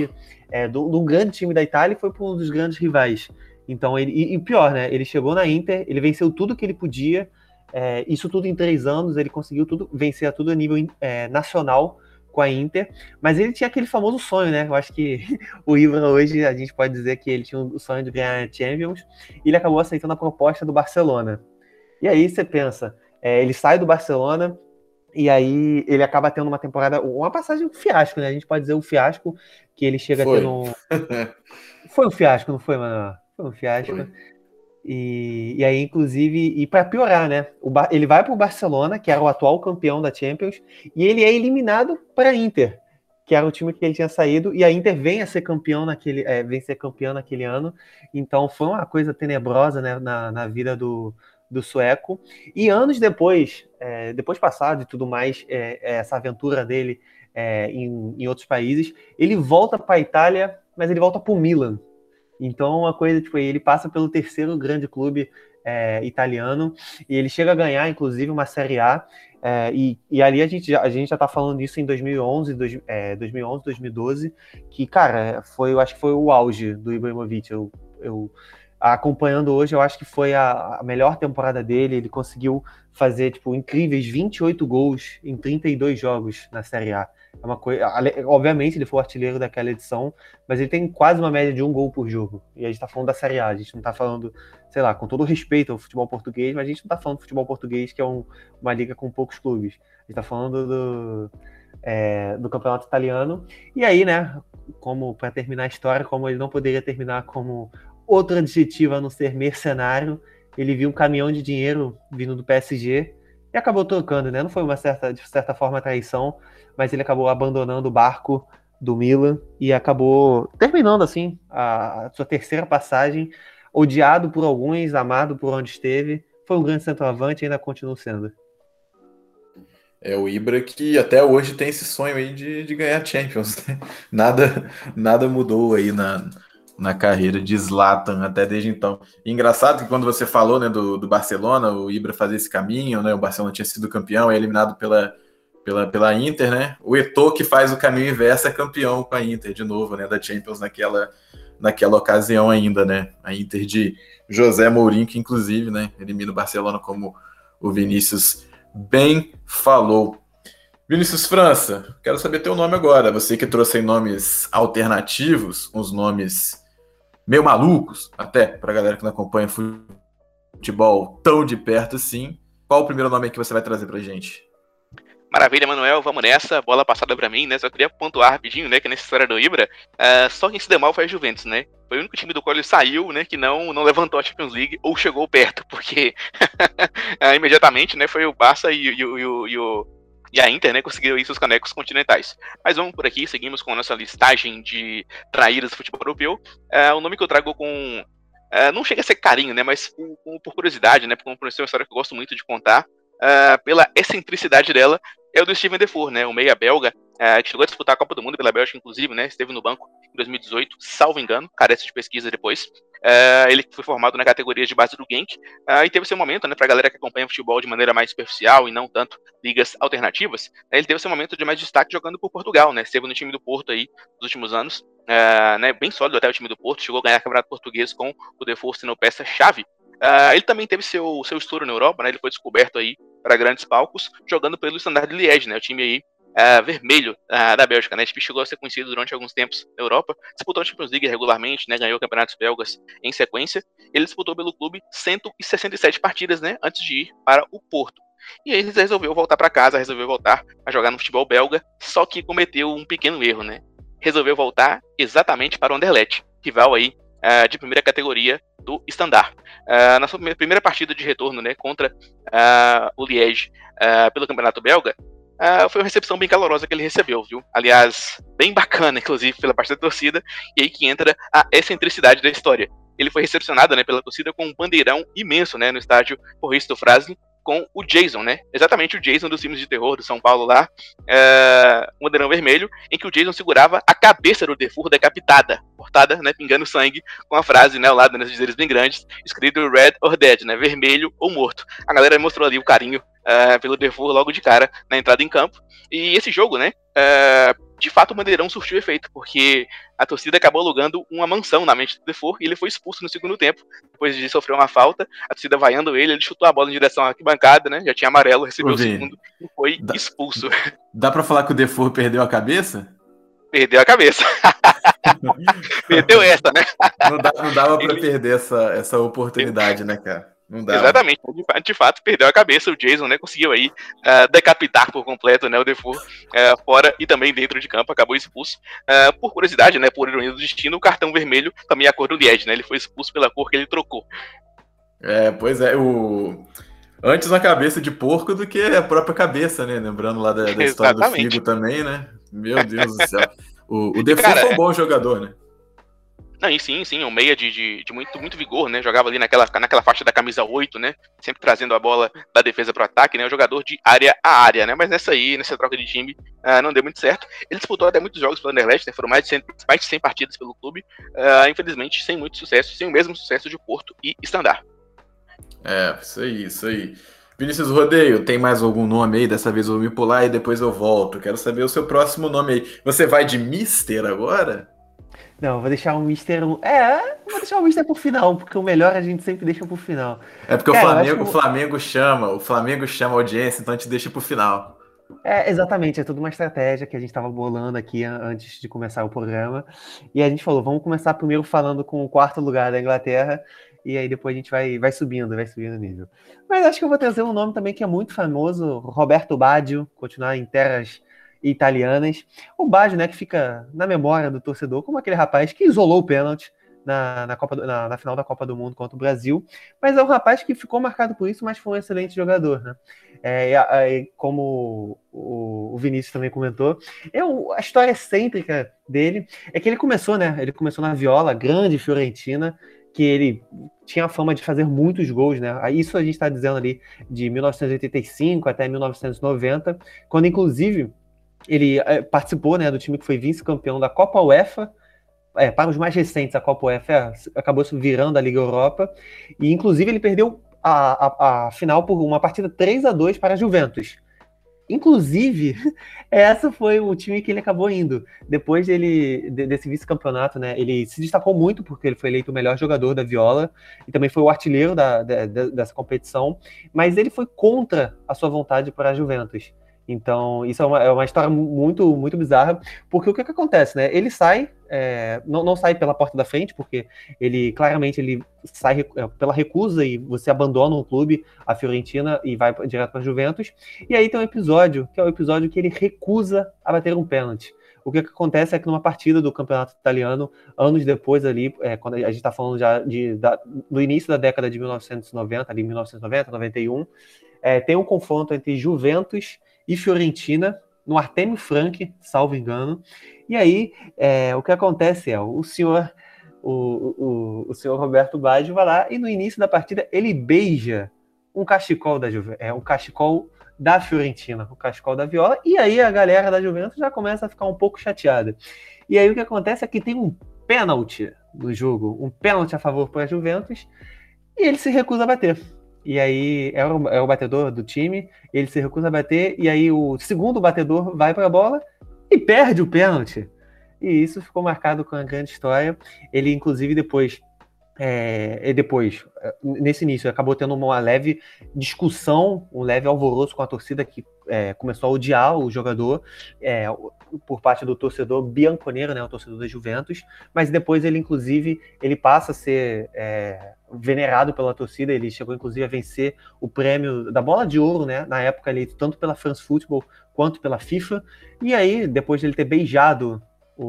time da Itália e foi para um dos grandes rivais. Então e pior, né? Ele chegou na Inter, ele venceu tudo que ele podia, isso tudo em 3 anos, ele conseguiu vencer tudo a nível nacional com a Inter, mas ele tinha aquele famoso sonho, né? Eu acho que o Ibra hoje, a gente pode dizer que ele tinha o sonho de ganhar a Champions, e ele acabou aceitando a proposta do Barcelona. E aí você pensa, ele sai do Barcelona, e aí ele acaba tendo uma temporada, uma passagem, um fiasco, né? A gente pode dizer um fiasco, que ele chega a ter Foi um fiasco, não foi, mano? Foi um fiasco. Foi. E aí, inclusive, e para piorar, né? Ele vai para o Barcelona, que era o atual campeão da Champions, e ele é eliminado para a Inter, que era o time que ele tinha saído, e a Inter vem a ser campeão naquele ano. Então foi uma coisa tenebrosa, né, na vida do sueco. E anos depois passado e tudo mais, essa aventura dele em outros países, ele volta para a Itália, mas ele volta para o Milan. Então, uma coisa, tipo, ele passa pelo terceiro grande clube italiano, e ele chega a ganhar, inclusive, uma Série A, e ali a gente já tá falando disso em 2011, 2012, que, cara, eu acho que foi o auge do Ibrahimovic. Eu acompanhando hoje, eu acho que foi a melhor temporada dele. Ele conseguiu fazer, tipo, incríveis 28 gols em 32 jogos na Série A. É uma coisa, obviamente ele foi o artilheiro daquela edição, mas ele tem quase uma média de 1 gol por jogo. E a gente tá falando da Série A, a gente não tá falando, sei lá, com todo respeito ao futebol português, mas a gente não tá falando do futebol português, que é uma liga com poucos clubes. A gente tá falando do campeonato italiano. E aí, né, como para terminar a história, como ele não poderia terminar como outro adjetivo a não ser mercenário, ele viu um caminhão de dinheiro vindo do PSG e acabou trocando, né? Não foi de certa forma traição, mas ele acabou abandonando o barco do Milan e acabou terminando, assim, a sua terceira passagem, odiado por alguns, amado por onde esteve. Foi um grande centroavante e ainda continua sendo. É o Ibra que até hoje tem esse sonho aí de ganhar Champions, né? Nada mudou aí na carreira de Zlatan até desde então. E engraçado que quando você falou, né, do Barcelona, o Ibra fazer esse caminho, né? O Barcelona tinha sido campeão, é eliminado pela Inter, né? O Eto'o, que faz o caminho inverso, é campeão com a Inter de novo, né? Da Champions naquela ocasião ainda, né? A Inter de José Mourinho, que inclusive, né, elimina o Barcelona, como o Vinícius bem falou. Vinícius França, quero saber teu nome agora. Você que trouxe aí nomes alternativos, uns nomes meio malucos, até pra galera que não acompanha futebol tão de perto assim. Qual o primeiro nome que você vai trazer pra gente? Maravilha, Manuel, vamos nessa, bola passada pra mim, né, só queria pontuar rapidinho, né, que nessa história do Ibra, só quem se deu mal foi a Juventus, né, foi o único time do qual ele saiu, né, que não levantou a Champions League, ou chegou perto, porque imediatamente, né, foi o Barça e a Inter, né, conseguiram ir seus canecos continentais. Mas vamos por aqui, seguimos com a nossa listagem de traíras do futebol europeu. O nome que eu trago com... não chega a ser carinho, né, mas por curiosidade, né, por uma história que eu gosto muito de contar, pela excentricidade dela, é o do Steven Defour, né, o meia belga, que chegou a disputar a Copa do Mundo pela Bélgica, inclusive, né, esteve no banco em 2018, salvo engano, carece de pesquisa depois. Ele foi formado na categoria de base do Genk, e teve seu momento, né, pra galera que acompanha futebol de maneira mais superficial e não tanto ligas alternativas, né, ele teve seu momento de mais destaque jogando por Portugal, né, esteve no time do Porto aí nos últimos anos, né, bem sólido até o time do Porto, chegou a ganhar o Campeonato Português com o Defour sendo peça-chave. Ele também teve seu estouro na Europa, né, ele foi descoberto aí para grandes palcos, jogando pelo Standard de Liège, né, o time aí vermelho da Bélgica, né, que chegou a ser conhecido durante alguns tempos na Europa, disputou a Champions League regularmente, né, ganhou campeonatos belgas em sequência. Ele disputou pelo clube 167 partidas, né, antes de ir para o Porto. E aí ele resolveu voltar para casa, resolveu voltar a jogar no futebol belga, só que cometeu um pequeno erro, né, resolveu voltar exatamente para o Anderlecht, rival aí de primeira categoria do Standard. Na sua primeira partida de retorno, né, contra o Liège pelo Campeonato Belga, foi uma recepção bem calorosa que ele recebeu, viu? Aliás, bem bacana, inclusive, pela parte da torcida, e aí que entra a excentricidade da história. Ele foi recepcionado, né, pela torcida com um bandeirão imenso, né, no estádio Maurice Franz, com o Jason, né? Exatamente o Jason dos filmes de terror do São Paulo lá, um bandeirão vermelho, em que o Jason segurava a cabeça do Defour decapitada, cortada, né, pingando sangue, com a frase, né, ao lado, nesses dizeres bem grandes, escrito Red or Dead, né, vermelho ou morto. A galera mostrou ali o carinho pelo Defour logo de cara, na entrada em campo. E esse jogo, né, de fato o bandeirão surtiu efeito, porque a torcida acabou alugando uma mansão na mente do Defour e ele foi expulso no segundo tempo, depois de sofrer uma falta, a torcida vaiando ele chutou a bola em direção à arquibancada, né, já tinha amarelo, recebeu o segundo e foi expulso. Dá pra falar que o Defour perdeu a cabeça? Perdeu a cabeça. Perdeu essa, né? Não dava pra perder essa oportunidade, né, cara? Não dava. Exatamente, de fato perdeu a cabeça. O Jason, né, conseguiu aí decapitar por completo, né, o Defour fora e também dentro de campo, acabou expulso. Por curiosidade, né, por ironia do destino, o cartão vermelho também é a cor do Liège, né, ele foi expulso pela cor que ele trocou. Pois é, antes na cabeça de porco do que a própria cabeça, né, lembrando lá da história do Figo também, né, meu Deus do céu. O Defour foi um bom jogador, né? Não, e sim, um meia de muito vigor, né? Jogava ali naquela faixa da camisa 8, né? Sempre trazendo a bola da defesa pro ataque, né? Um jogador de área a área, né? Mas nessa troca de time, não deu muito certo. Ele disputou até muitos jogos pelo Anderlecht, né? Foram mais de 100 partidas pelo clube. Infelizmente, sem muito sucesso, sem o mesmo sucesso de Porto e Standard. Isso aí. Vinícius Rodeio, tem mais algum nome aí? Dessa vez eu vou me pular e depois eu volto. Quero saber o seu próximo nome aí. Você vai de Mister agora? Não, vou deixar o Mister... vou deixar o Mister pro final, porque o melhor a gente sempre deixa pro final. É porque o Flamengo chama a audiência, então a gente deixa pro final. Exatamente, é tudo uma estratégia que a gente estava bolando aqui antes de começar o programa. E a gente falou, vamos começar primeiro falando com o 4º lugar da Inglaterra, e aí depois a gente vai subindo o nível. Mas acho que eu vou trazer um nome também que é muito famoso, Roberto Baggio, continuar em terras italianas. O Baggio, né, que fica na memória do torcedor como aquele rapaz que isolou o pênalti na final da Copa do Mundo contra o Brasil, mas é um rapaz que ficou marcado por isso, mas foi um excelente jogador, né? Como o Vinícius também comentou, a história excêntrica dele é que ele começou na Viola, grande Fiorentina, que ele tinha a fama de fazer muitos gols, né? Isso a gente está dizendo ali de 1985 até 1990, quando inclusive ele participou, né, do time que foi vice-campeão da Copa UEFA. Para os mais recentes, a Copa UEFA acabou virando a Liga Europa, e inclusive ele perdeu a final por uma partida 3-2 para a Juventus. Inclusive, essa foi o time que ele acabou indo. Depois desse vice-campeonato, né, ele se destacou muito porque ele foi eleito o melhor jogador da Viola e também foi o artilheiro dessa competição, mas ele foi contra a sua vontade para a Juventus. Então, isso é uma história muito, muito bizarra, porque o que acontece, né? Ele sai, não sai pela porta da frente, porque ele sai pela recusa e você abandona um clube, a Fiorentina, e vai direto para a Juventus. E aí tem um episódio, que é o episódio que ele recusa a bater um pênalti. O que acontece é que numa partida do campeonato italiano, anos depois ali, quando a gente está falando já do início da década de 1990, ali 1990, 91, tem um confronto entre Juventus e Fiorentina, no Artemio Franchi, salvo engano. E aí, o que acontece o senhor Roberto Baggio vai lá e no início da partida ele beija um cachecol um cachecol da Fiorentina, o cachecol da Viola, e aí a galera da Juventus já começa a ficar um pouco chateada. E aí o que acontece é que tem um pênalti no jogo, um pênalti a favor para a Juventus, e ele se recusa a bater. E aí é o batedor do time, ele se recusa a bater, e aí o segundo batedor vai para a bola e perde o pênalti. E isso ficou marcado com uma grande história. Ele, inclusive, depois, nesse início, acabou tendo uma leve discussão, um leve alvoroço com a torcida que começou a odiar o jogador por parte do torcedor bianconero, né, o torcedor da Juventus, mas depois ele, inclusive, ele passa a ser venerado pela torcida. Ele chegou, inclusive, a vencer o prêmio da Bola de Ouro, né, na época, eleito tanto pela France Football quanto pela FIFA, e aí, depois de ele ter beijado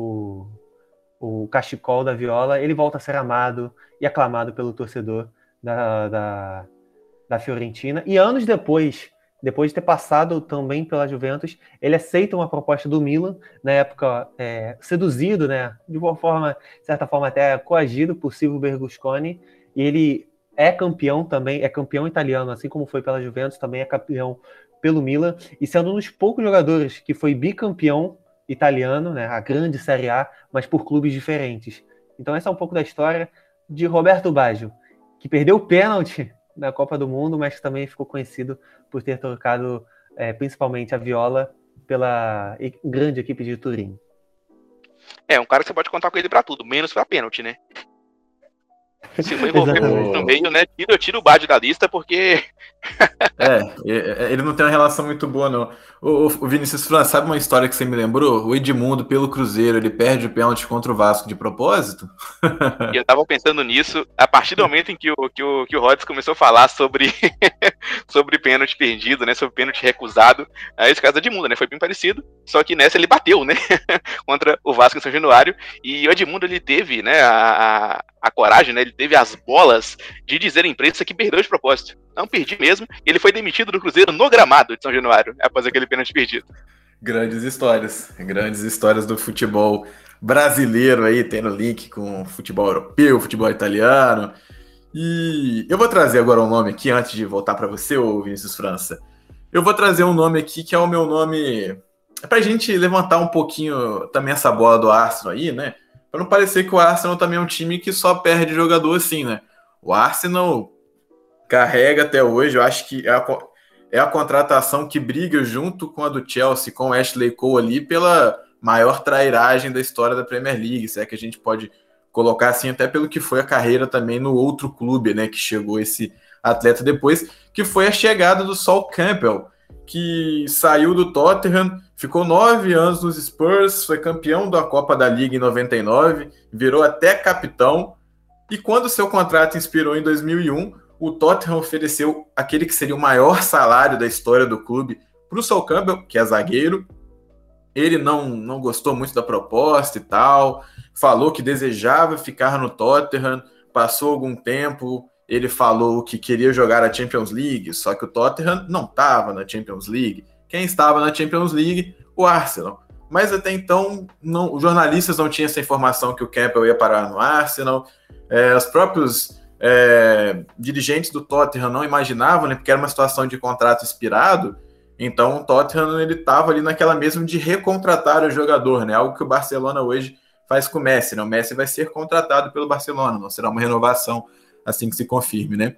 o cachecol da Viola, ele volta a ser amado e aclamado pelo torcedor da Fiorentina. E anos depois de ter passado também pela Juventus, ele aceita uma proposta do Milan, na época seduzido, né, de uma forma, de certa forma até coagido por Silvio Berlusconi, e ele é campeão também, é campeão italiano, assim como foi pela Juventus, também é campeão pelo Milan, e sendo um dos poucos jogadores que foi bicampeão italiano, né, a grande Série A, mas por clubes diferentes. Então essa é um pouco da história de Roberto Baggio, que perdeu o pênalti na Copa do Mundo, mas que também ficou conhecido por ter trocado principalmente a Viola pela grande equipe de Turim. Um cara que você pode contar com ele pra tudo, menos pra pênalti, né? Se for envolver no meio, né? Eu tiro o Baggio da lista porque... ele não tem uma relação muito boa, não. O Vinícius França, sabe uma história que você me lembrou? O Edmundo, pelo Cruzeiro, ele perde o pênalti contra o Vasco de propósito? Eu tava pensando nisso a partir do momento em que o Rodgers começou a falar sobre pênalti perdido, né? Sobre pênalti recusado. Esse caso do Edmundo, né? Foi bem parecido, só que nessa ele bateu, né? Contra o Vasco em São Januário. E o Edmundo, ele teve, né? A coragem, né? Ele teve as bolas de dizer à imprensa que perdeu de propósito. Não perdi mesmo. Ele foi demitido do Cruzeiro no gramado de São Januário, após aquele pênalti perdido. Grandes histórias do futebol brasileiro aí, tendo link com futebol europeu, futebol italiano. E eu vou trazer agora um nome aqui, antes de voltar para você, ô Vinícius França. Eu vou trazer um nome aqui que é o meu nome, pra gente levantar um pouquinho também essa bola do Arsenal aí, né? Pra não parecer que o Arsenal também é um time que só perde jogador assim, né? O Arsenal carrega até hoje, eu acho que é a contratação que briga junto com a do Chelsea, com o Ashley Cole ali, pela maior trairagem da história da Premier League, se é que a gente pode colocar assim, até pelo que foi a carreira também no outro clube, né, que chegou esse atleta depois, que foi a chegada do Sol Campbell, que saiu do Tottenham, ficou 9 anos nos Spurs, foi campeão da Copa da Liga em 99, virou até capitão, e quando seu contrato expirou em 2001, o Tottenham ofereceu aquele que seria o maior salário da história do clube para o Sol Campbell, que é zagueiro. Ele não gostou muito da proposta e tal, falou que desejava ficar no Tottenham, passou algum tempo, ele falou que queria jogar a Champions League, só que o Tottenham não estava na Champions League. Quem estava na Champions League? O Arsenal. Mas até então, os jornalistas não tinham essa informação que o Campbell ia parar no Arsenal, os próprios dirigentes do Tottenham não imaginavam, né, porque era uma situação de contrato expirado. Então o Tottenham estava ali naquela mesma de recontratar o jogador, né? Algo que o Barcelona hoje faz com o Messi, né? O Messi vai ser contratado pelo Barcelona, não será uma renovação assim que se confirme, né?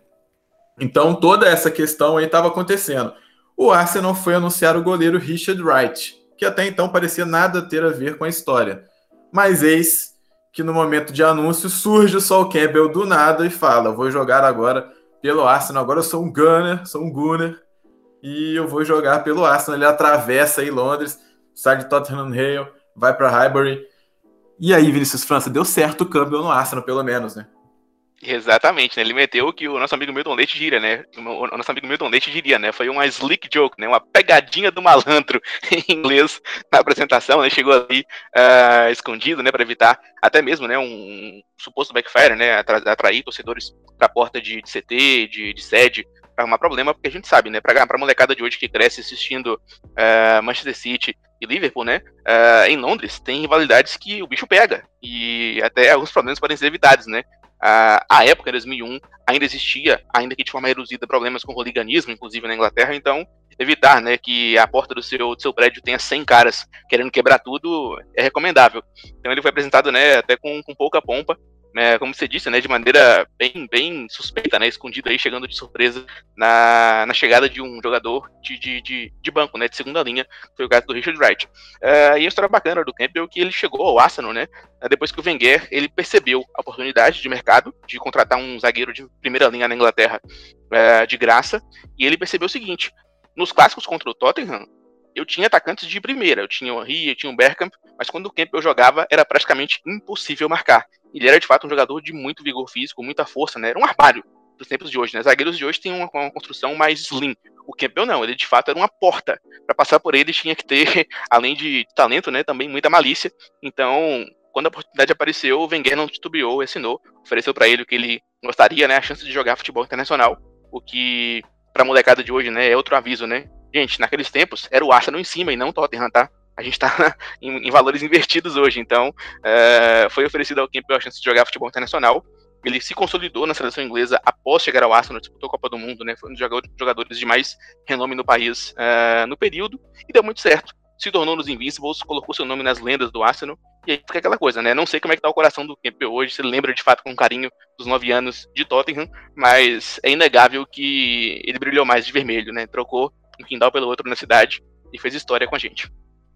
Então toda essa questão aí estava acontecendo. O Arsenal foi anunciar o goleiro Richard Wright, que até então parecia nada ter a ver com a história. Mas eis que no momento de anúncio surge o Sol Campbell do nada e fala: vou jogar agora pelo Arsenal, agora eu sou um gunner, e eu vou jogar pelo Arsenal. Ele atravessa aí Londres, sai de Tottenham Hale, vai para Highbury. E aí, Vinícius França, deu certo o Campbell no Arsenal, pelo menos, né? Exatamente, né? Ele meteu o que o nosso amigo Milton Leite diria, né? O nosso amigo Milton Leite diria, né? Foi uma slick joke, né? Uma pegadinha do malandro em inglês na apresentação, né? Chegou ali escondido, né? Para evitar até mesmo, né? Um suposto backfire, né? Atrair torcedores para a porta de CT, de sede, para arrumar problema, porque a gente sabe, né? Para a molecada de hoje que cresce assistindo Manchester City e Liverpool, né? Em Londres tem rivalidades que o bicho pega e até alguns problemas podem ser evitados, né? A época, em 2001, ainda existia, ainda que de forma reduzida, problemas com hooliganismo, inclusive na Inglaterra, então evitar, né, que a porta do seu prédio tenha 100 caras querendo quebrar tudo é recomendável. Então ele foi apresentado, né, até com pouca pompa, como você disse, né, de maneira bem suspeita, né, escondido aí, chegando de surpresa na chegada de um jogador de banco, né, de segunda linha, foi o caso do Richard Wright. E a história bacana do Campbell é que ele chegou ao Arsenal, né, depois que o Wenger, ele percebeu a oportunidade de mercado de contratar um zagueiro de primeira linha na Inglaterra de graça, e ele percebeu o seguinte: nos clássicos contra o Tottenham, eu tinha atacantes de primeira, eu tinha o Henry, eu tinha o Bergkamp, mas quando o Campbell jogava, era praticamente impossível marcar. Ele era, de fato, um jogador de muito vigor físico, muita força, né? Era um armário dos tempos de hoje, né? Zagueiros de hoje têm uma construção mais slim. O Campbell não, ele de fato era uma porta. Para passar por ele tinha que ter, além de talento, né, também muita malícia. Então, quando a oportunidade apareceu, o Wenger não titubeou, assinou, ofereceu para ele o que ele gostaria, né? A chance de jogar futebol internacional, o que, para a molecada de hoje, né, é outro aviso, né? Gente, naqueles tempos, era o Arsenal em cima e não o Tottenham, tá? A gente tá em valores invertidos hoje, então foi oferecido ao Campbell a chance de jogar futebol internacional. Ele se consolidou na seleção inglesa após chegar ao Arsenal, disputou a Copa do Mundo, né? Foi um dos jogadores de mais renome no país no período, e deu muito certo. Se tornou nos Invincibles, colocou seu nome nas lendas do Arsenal, e aí fica aquela coisa, né? Não sei como é que tá o coração do Campbell hoje, se ele lembra de fato com carinho dos 9 anos de Tottenham, mas é inegável que ele brilhou mais de vermelho, né? Trocou um quintal pelo outro na cidade e fez história com a gente.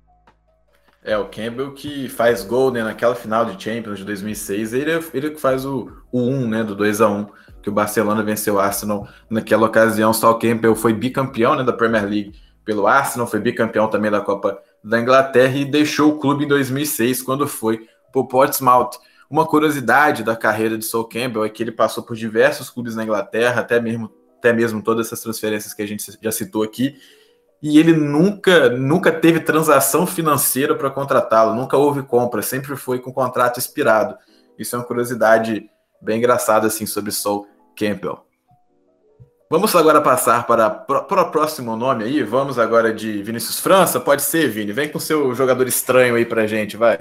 O Campbell que faz gol, né, naquela final de Champions de 2006, ele que faz o 1, né, do 2-1, que o Barcelona venceu o Arsenal naquela ocasião. O Sol Campbell foi bicampeão, né, da Premier League pelo Arsenal, foi bicampeão também da Copa da Inglaterra e deixou o clube em 2006, quando foi para o Portsmouth. Uma curiosidade da carreira de Sol Campbell é que ele passou por diversos clubes na Inglaterra, até mesmo todas essas transferências que a gente já citou aqui, e ele nunca teve transação financeira para contratá-lo, nunca houve compra, sempre foi com contrato expirado. Isso é uma curiosidade bem engraçada assim, sobre Sol Campbell. Vamos agora passar para o próximo nome aí. Vamos agora de Vinícius França. Pode ser, Vini. Vem com seu jogador estranho aí pra gente, vai.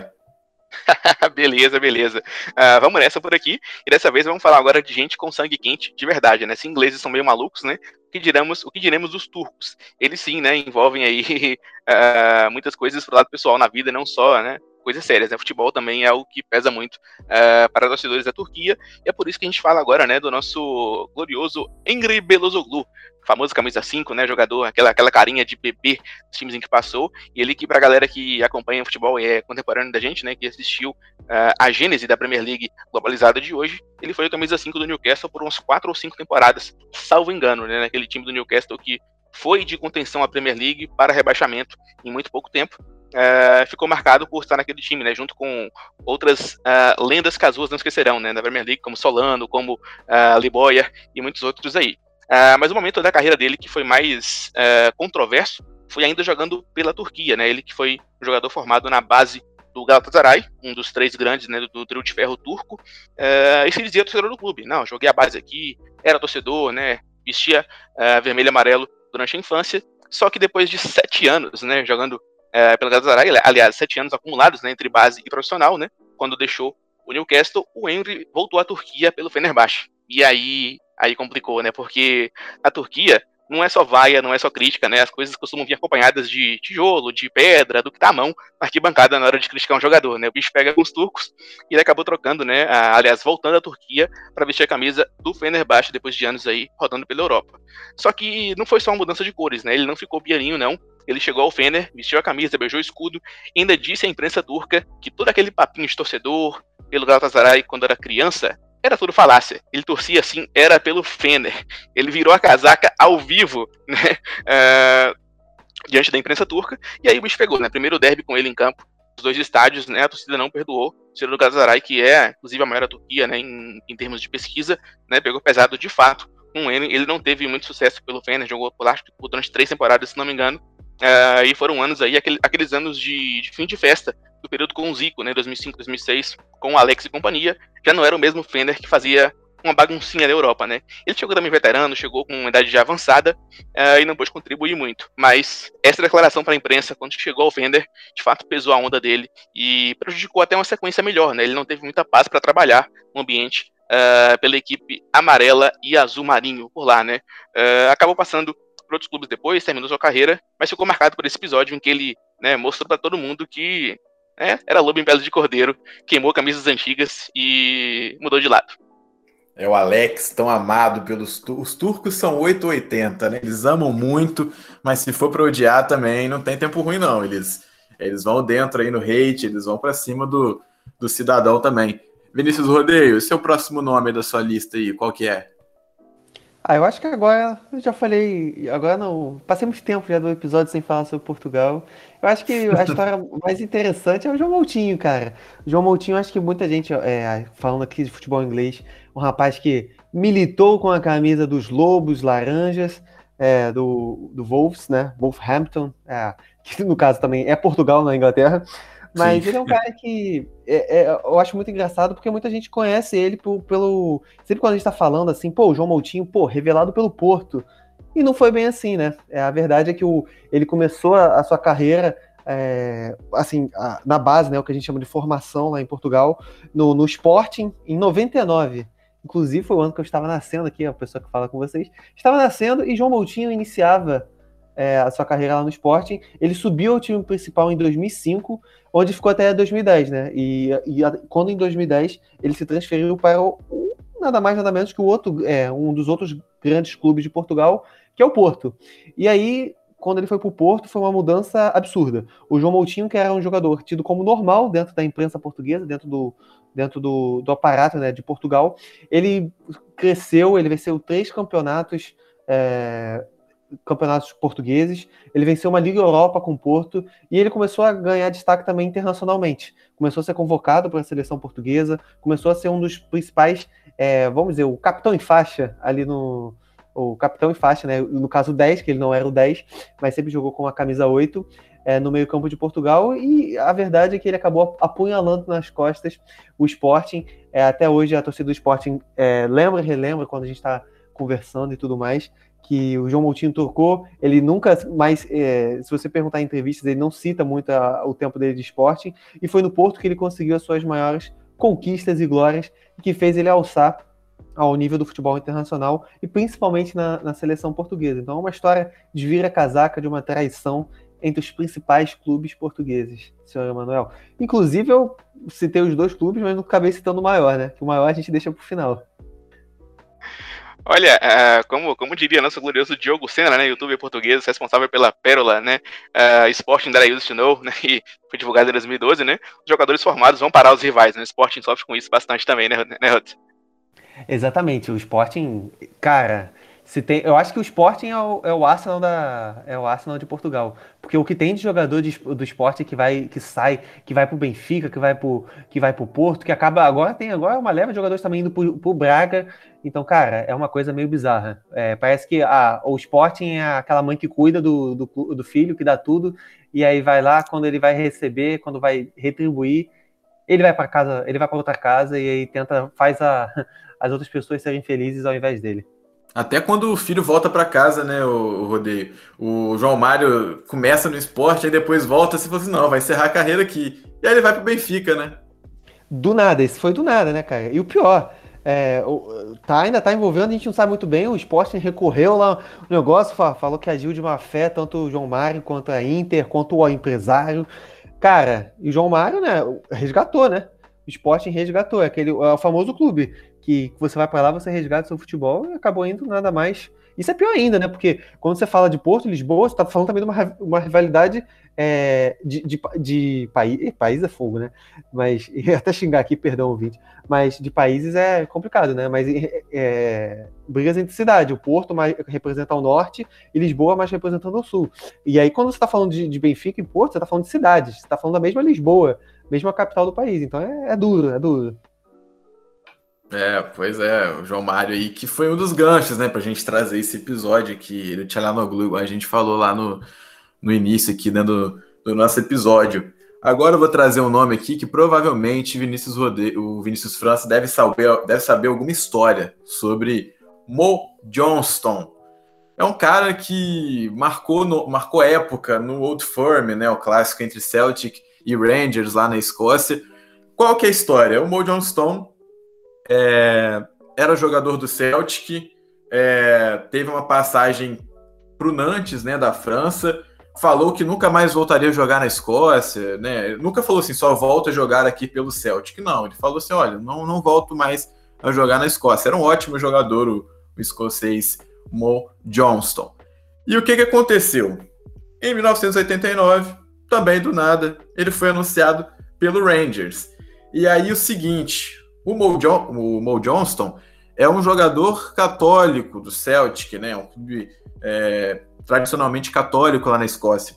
Beleza. Vamos nessa por aqui. E dessa vez vamos falar agora de gente com sangue quente de verdade, né? Se ingleses são meio malucos, né? O que diremos dos turcos? Eles sim, né? Envolvem aí muitas coisas pro lado pessoal na vida, não só, né? Coisas sérias, né? Futebol também é algo que pesa muito para torcedores da Turquia. E é por isso que a gente fala agora, né? Do nosso glorioso Emre Belözoğlu, famoso camisa 5, né? Jogador, aquela carinha de bebê dos times em que passou. E ele que, pra galera que acompanha o futebol e é contemporâneo da gente, né? Que assistiu a gênese da Premier League globalizada de hoje, ele foi o camisa 5 do Newcastle por umas 4 ou 5 temporadas, salvo engano, né? Naquele time do Newcastle que foi de contenção à Premier League para rebaixamento em muito pouco tempo. Ficou marcado por estar naquele time, né, junto com outras lendas casuas não esquecerão, né, da Premier League, como Solano, como Liboya e muitos outros aí. Mas o momento da carreira dele que foi mais controverso foi ainda jogando pela Turquia, né, ele que foi um jogador formado na base do Galatasaray, um dos 3 grandes, né, do trio de ferro turco, e se dizia torcedor do clube. Não, joguei a base aqui, era torcedor, né, vestia vermelho e amarelo durante a infância, só que depois de 7 anos, né, jogando pelo Galatasaray, aliás, 7 anos acumulados, né, entre base e profissional, né, quando deixou o Newcastle, o Emre voltou à Turquia pelo Fenerbahçe. E aí complicou, né, porque a Turquia não é só vaia, não é só crítica, né, as coisas costumam vir acompanhadas de tijolo, de pedra, do que tá à mão na arquibancada na hora de criticar um jogador, né, o bicho pega com os turcos, e ele acabou trocando, né, aliás, voltando à Turquia para vestir a camisa do Fenerbahçe depois de anos aí rodando pela Europa. Só que não foi só uma mudança de cores, né, ele não ficou pianinho, não. Ele chegou ao Fener, vestiu a camisa, beijou o escudo, e ainda disse à imprensa turca que todo aquele papinho de torcedor pelo Galatasaray quando era criança era tudo falácia. Ele torcia assim, era pelo Fener. Ele virou a casaca ao vivo, né, diante da imprensa turca, e aí o bicho pegou, né? Primeiro derby com ele em campo, os 2 estádios, né? A torcida não perdoou. O torcedor do Galatasaray, que é, inclusive, a maior da Turquia, né, em termos de pesquisa, né, pegou pesado de fato com ele. Ele não teve muito sucesso pelo Fener, jogou por lá durante 3 temporadas, se não me engano. E foram anos aí, aqueles anos de fim de festa do período com o Zico, né, 2005, 2006, com o Alex e companhia. Já não era o mesmo Fener que fazia uma baguncinha na Europa, né? Ele chegou também veterano, chegou com uma idade já avançada e não pôde contribuir muito. Mas essa declaração para a imprensa, quando chegou ao Fener, de fato pesou a onda dele e prejudicou até uma sequência melhor, né? Ele não teve muita paz para trabalhar no ambiente pela equipe amarela e azul marinho por lá, né? Acabou passando para outros clubes depois, terminou sua carreira, mas ficou marcado por esse episódio em que ele, né, mostrou para todo mundo que era lobo em pele de cordeiro, queimou camisas antigas e mudou de lado. É o Alex, tão amado pelos os turcos, são 880, né? Eles amam muito, mas se for para odiar também, não tem tempo ruim, não. Eles vão dentro aí no hate, eles vão para cima do cidadão também. Vinícius Rodeio, seu próximo nome da sua lista aí, qual que é? Eu acho que agora, eu já falei, agora não, passei muito tempo já do episódio sem falar sobre Portugal. Eu acho que a história mais interessante é o João Moutinho, cara. O João Moutinho, acho que muita gente, falando aqui de futebol inglês, um rapaz que militou com a camisa dos Lobos Laranjas, do Wolves, né, Wolverhampton, que no caso também é Portugal, na Inglaterra. Mas sim, ele é um cara que eu acho muito engraçado, porque muita gente conhece ele pelo... Sempre quando a gente tá falando assim, o João Moutinho, revelado pelo Porto. E não foi bem assim, né? A verdade é que ele começou a sua carreira na base, né? O que a gente chama de formação lá em Portugal, no Sporting, em 99. Inclusive foi o ano que eu estava nascendo aqui, a pessoa que fala com vocês. Estava nascendo e João Moutinho iniciava a sua carreira lá no Sporting. Ele subiu ao time principal em 2005, onde ficou até 2010, né? E quando em 2010 ele se transferiu para nada mais nada menos que um dos outros grandes clubes de Portugal, que é o Porto. E aí, quando ele foi para o Porto, foi uma mudança absurda. O João Moutinho, que era um jogador tido como normal dentro da imprensa portuguesa, dentro do aparato, né, de Portugal, ele cresceu, ele venceu 3 campeonatos portugueses, ele venceu uma Liga Europa com o Porto e ele começou a ganhar destaque também internacionalmente. Começou a ser convocado para a seleção portuguesa, começou a ser um dos principais, vamos dizer, o capitão em faixa ali o capitão em faixa, né? No caso 10, que ele não era o 10, mas sempre jogou com a camisa 8 no meio campo de Portugal, e a verdade é que ele acabou apunhalando nas costas o Sporting. Até hoje a torcida do Sporting lembra e relembra quando a gente está conversando e tudo mais, que o João Moutinho trocou, ele nunca mais, se você perguntar em entrevistas, ele não cita muito o tempo dele de Sporting, e foi no Porto que ele conseguiu as suas maiores conquistas e glórias, que fez ele alçar ao nível do futebol internacional, e principalmente na seleção portuguesa. Então é uma história de vira-casaca, de uma traição entre os principais clubes portugueses, senhor Emanuel. Inclusive, eu citei os dois clubes, mas não acabei citando o maior, né? Que o maior a gente deixa pro final. Olha, como diria nosso glorioso Diogo Sena, né, youtuber português, responsável pela Pérola, né, Sporting That I Used to Know, né, que foi divulgado em 2012, né, os jogadores formados vão parar os rivais, né, o Sporting sofre com isso bastante também, né, Hudson? Exatamente, o Sporting, cara, eu acho que o Sporting é o Arsenal de Portugal, porque o que tem de jogador do Sporting que sai, que vai pro Benfica, que vai pro Porto, que acaba agora é uma leva de jogadores também indo pro Braga. Então, cara, é uma coisa meio bizarra. Parece que o Sporting é aquela mãe que cuida do filho, que dá tudo, e aí vai lá, quando ele vai receber, quando vai retribuir, ele vai para casa, ele vai para outra casa e aí faz as outras pessoas serem felizes ao invés dele. Até quando o filho volta para casa, né, o Rodeio? O João Mário começa no Sport, aí depois volta e fala assim, não, vai encerrar a carreira aqui. E aí ele vai pro Benfica, né? Do nada, isso foi do nada, né, cara? E o pior, ainda tá envolvendo, a gente não sabe muito bem, o Sporting recorreu lá no negócio, falou que agiu de má fé, tanto o João Mário, quanto a Inter, quanto o empresário. Cara, e o João Mário, né, resgatou, né? O Sporting resgatou, é o famoso clube que você vai para lá, você resgata seu futebol e acabou indo nada mais. Isso é pior ainda, né? Porque quando você fala de Porto, Lisboa, você tá falando também de uma rivalidade de país é fogo, né? Mas, até xingar aqui, perdão, ouvinte, mas de países é complicado, né? Mas brigas entre cidade, o Porto mais representa o norte e Lisboa mais representando o sul. E aí, quando você tá falando de Benfica e Porto, você tá falando de cidades, você tá falando da mesma Lisboa, mesma capital do país. Então é duro, é duro. Pois é, o João Mário aí, que foi um dos ganchos, né, pra gente trazer esse episódio aqui, do Tchalanoglu, igual a gente falou lá no início aqui, né, do nosso episódio. Agora eu vou trazer um nome aqui que provavelmente o Vinícius França deve saber alguma história sobre Mo Johnston. É um cara que marcou época no Old Firm, né, o clássico entre Celtic e Rangers lá na Escócia. Qual que é a história? O Mo Johnston era jogador do Celtic, teve uma passagem pro Nantes, né, da França, falou que nunca mais voltaria a jogar na Escócia, né? Nunca falou assim, só volto a jogar aqui pelo Celtic. Não, ele falou assim, olha, não volto mais a jogar na Escócia. Era um ótimo jogador, o escocês Mo Johnston. E o que aconteceu? Em 1989, também do nada, ele foi anunciado pelo Rangers. E aí o seguinte, o Mo Johnston é um jogador católico do Celtic, né? Um clube tradicionalmente católico lá na Escócia.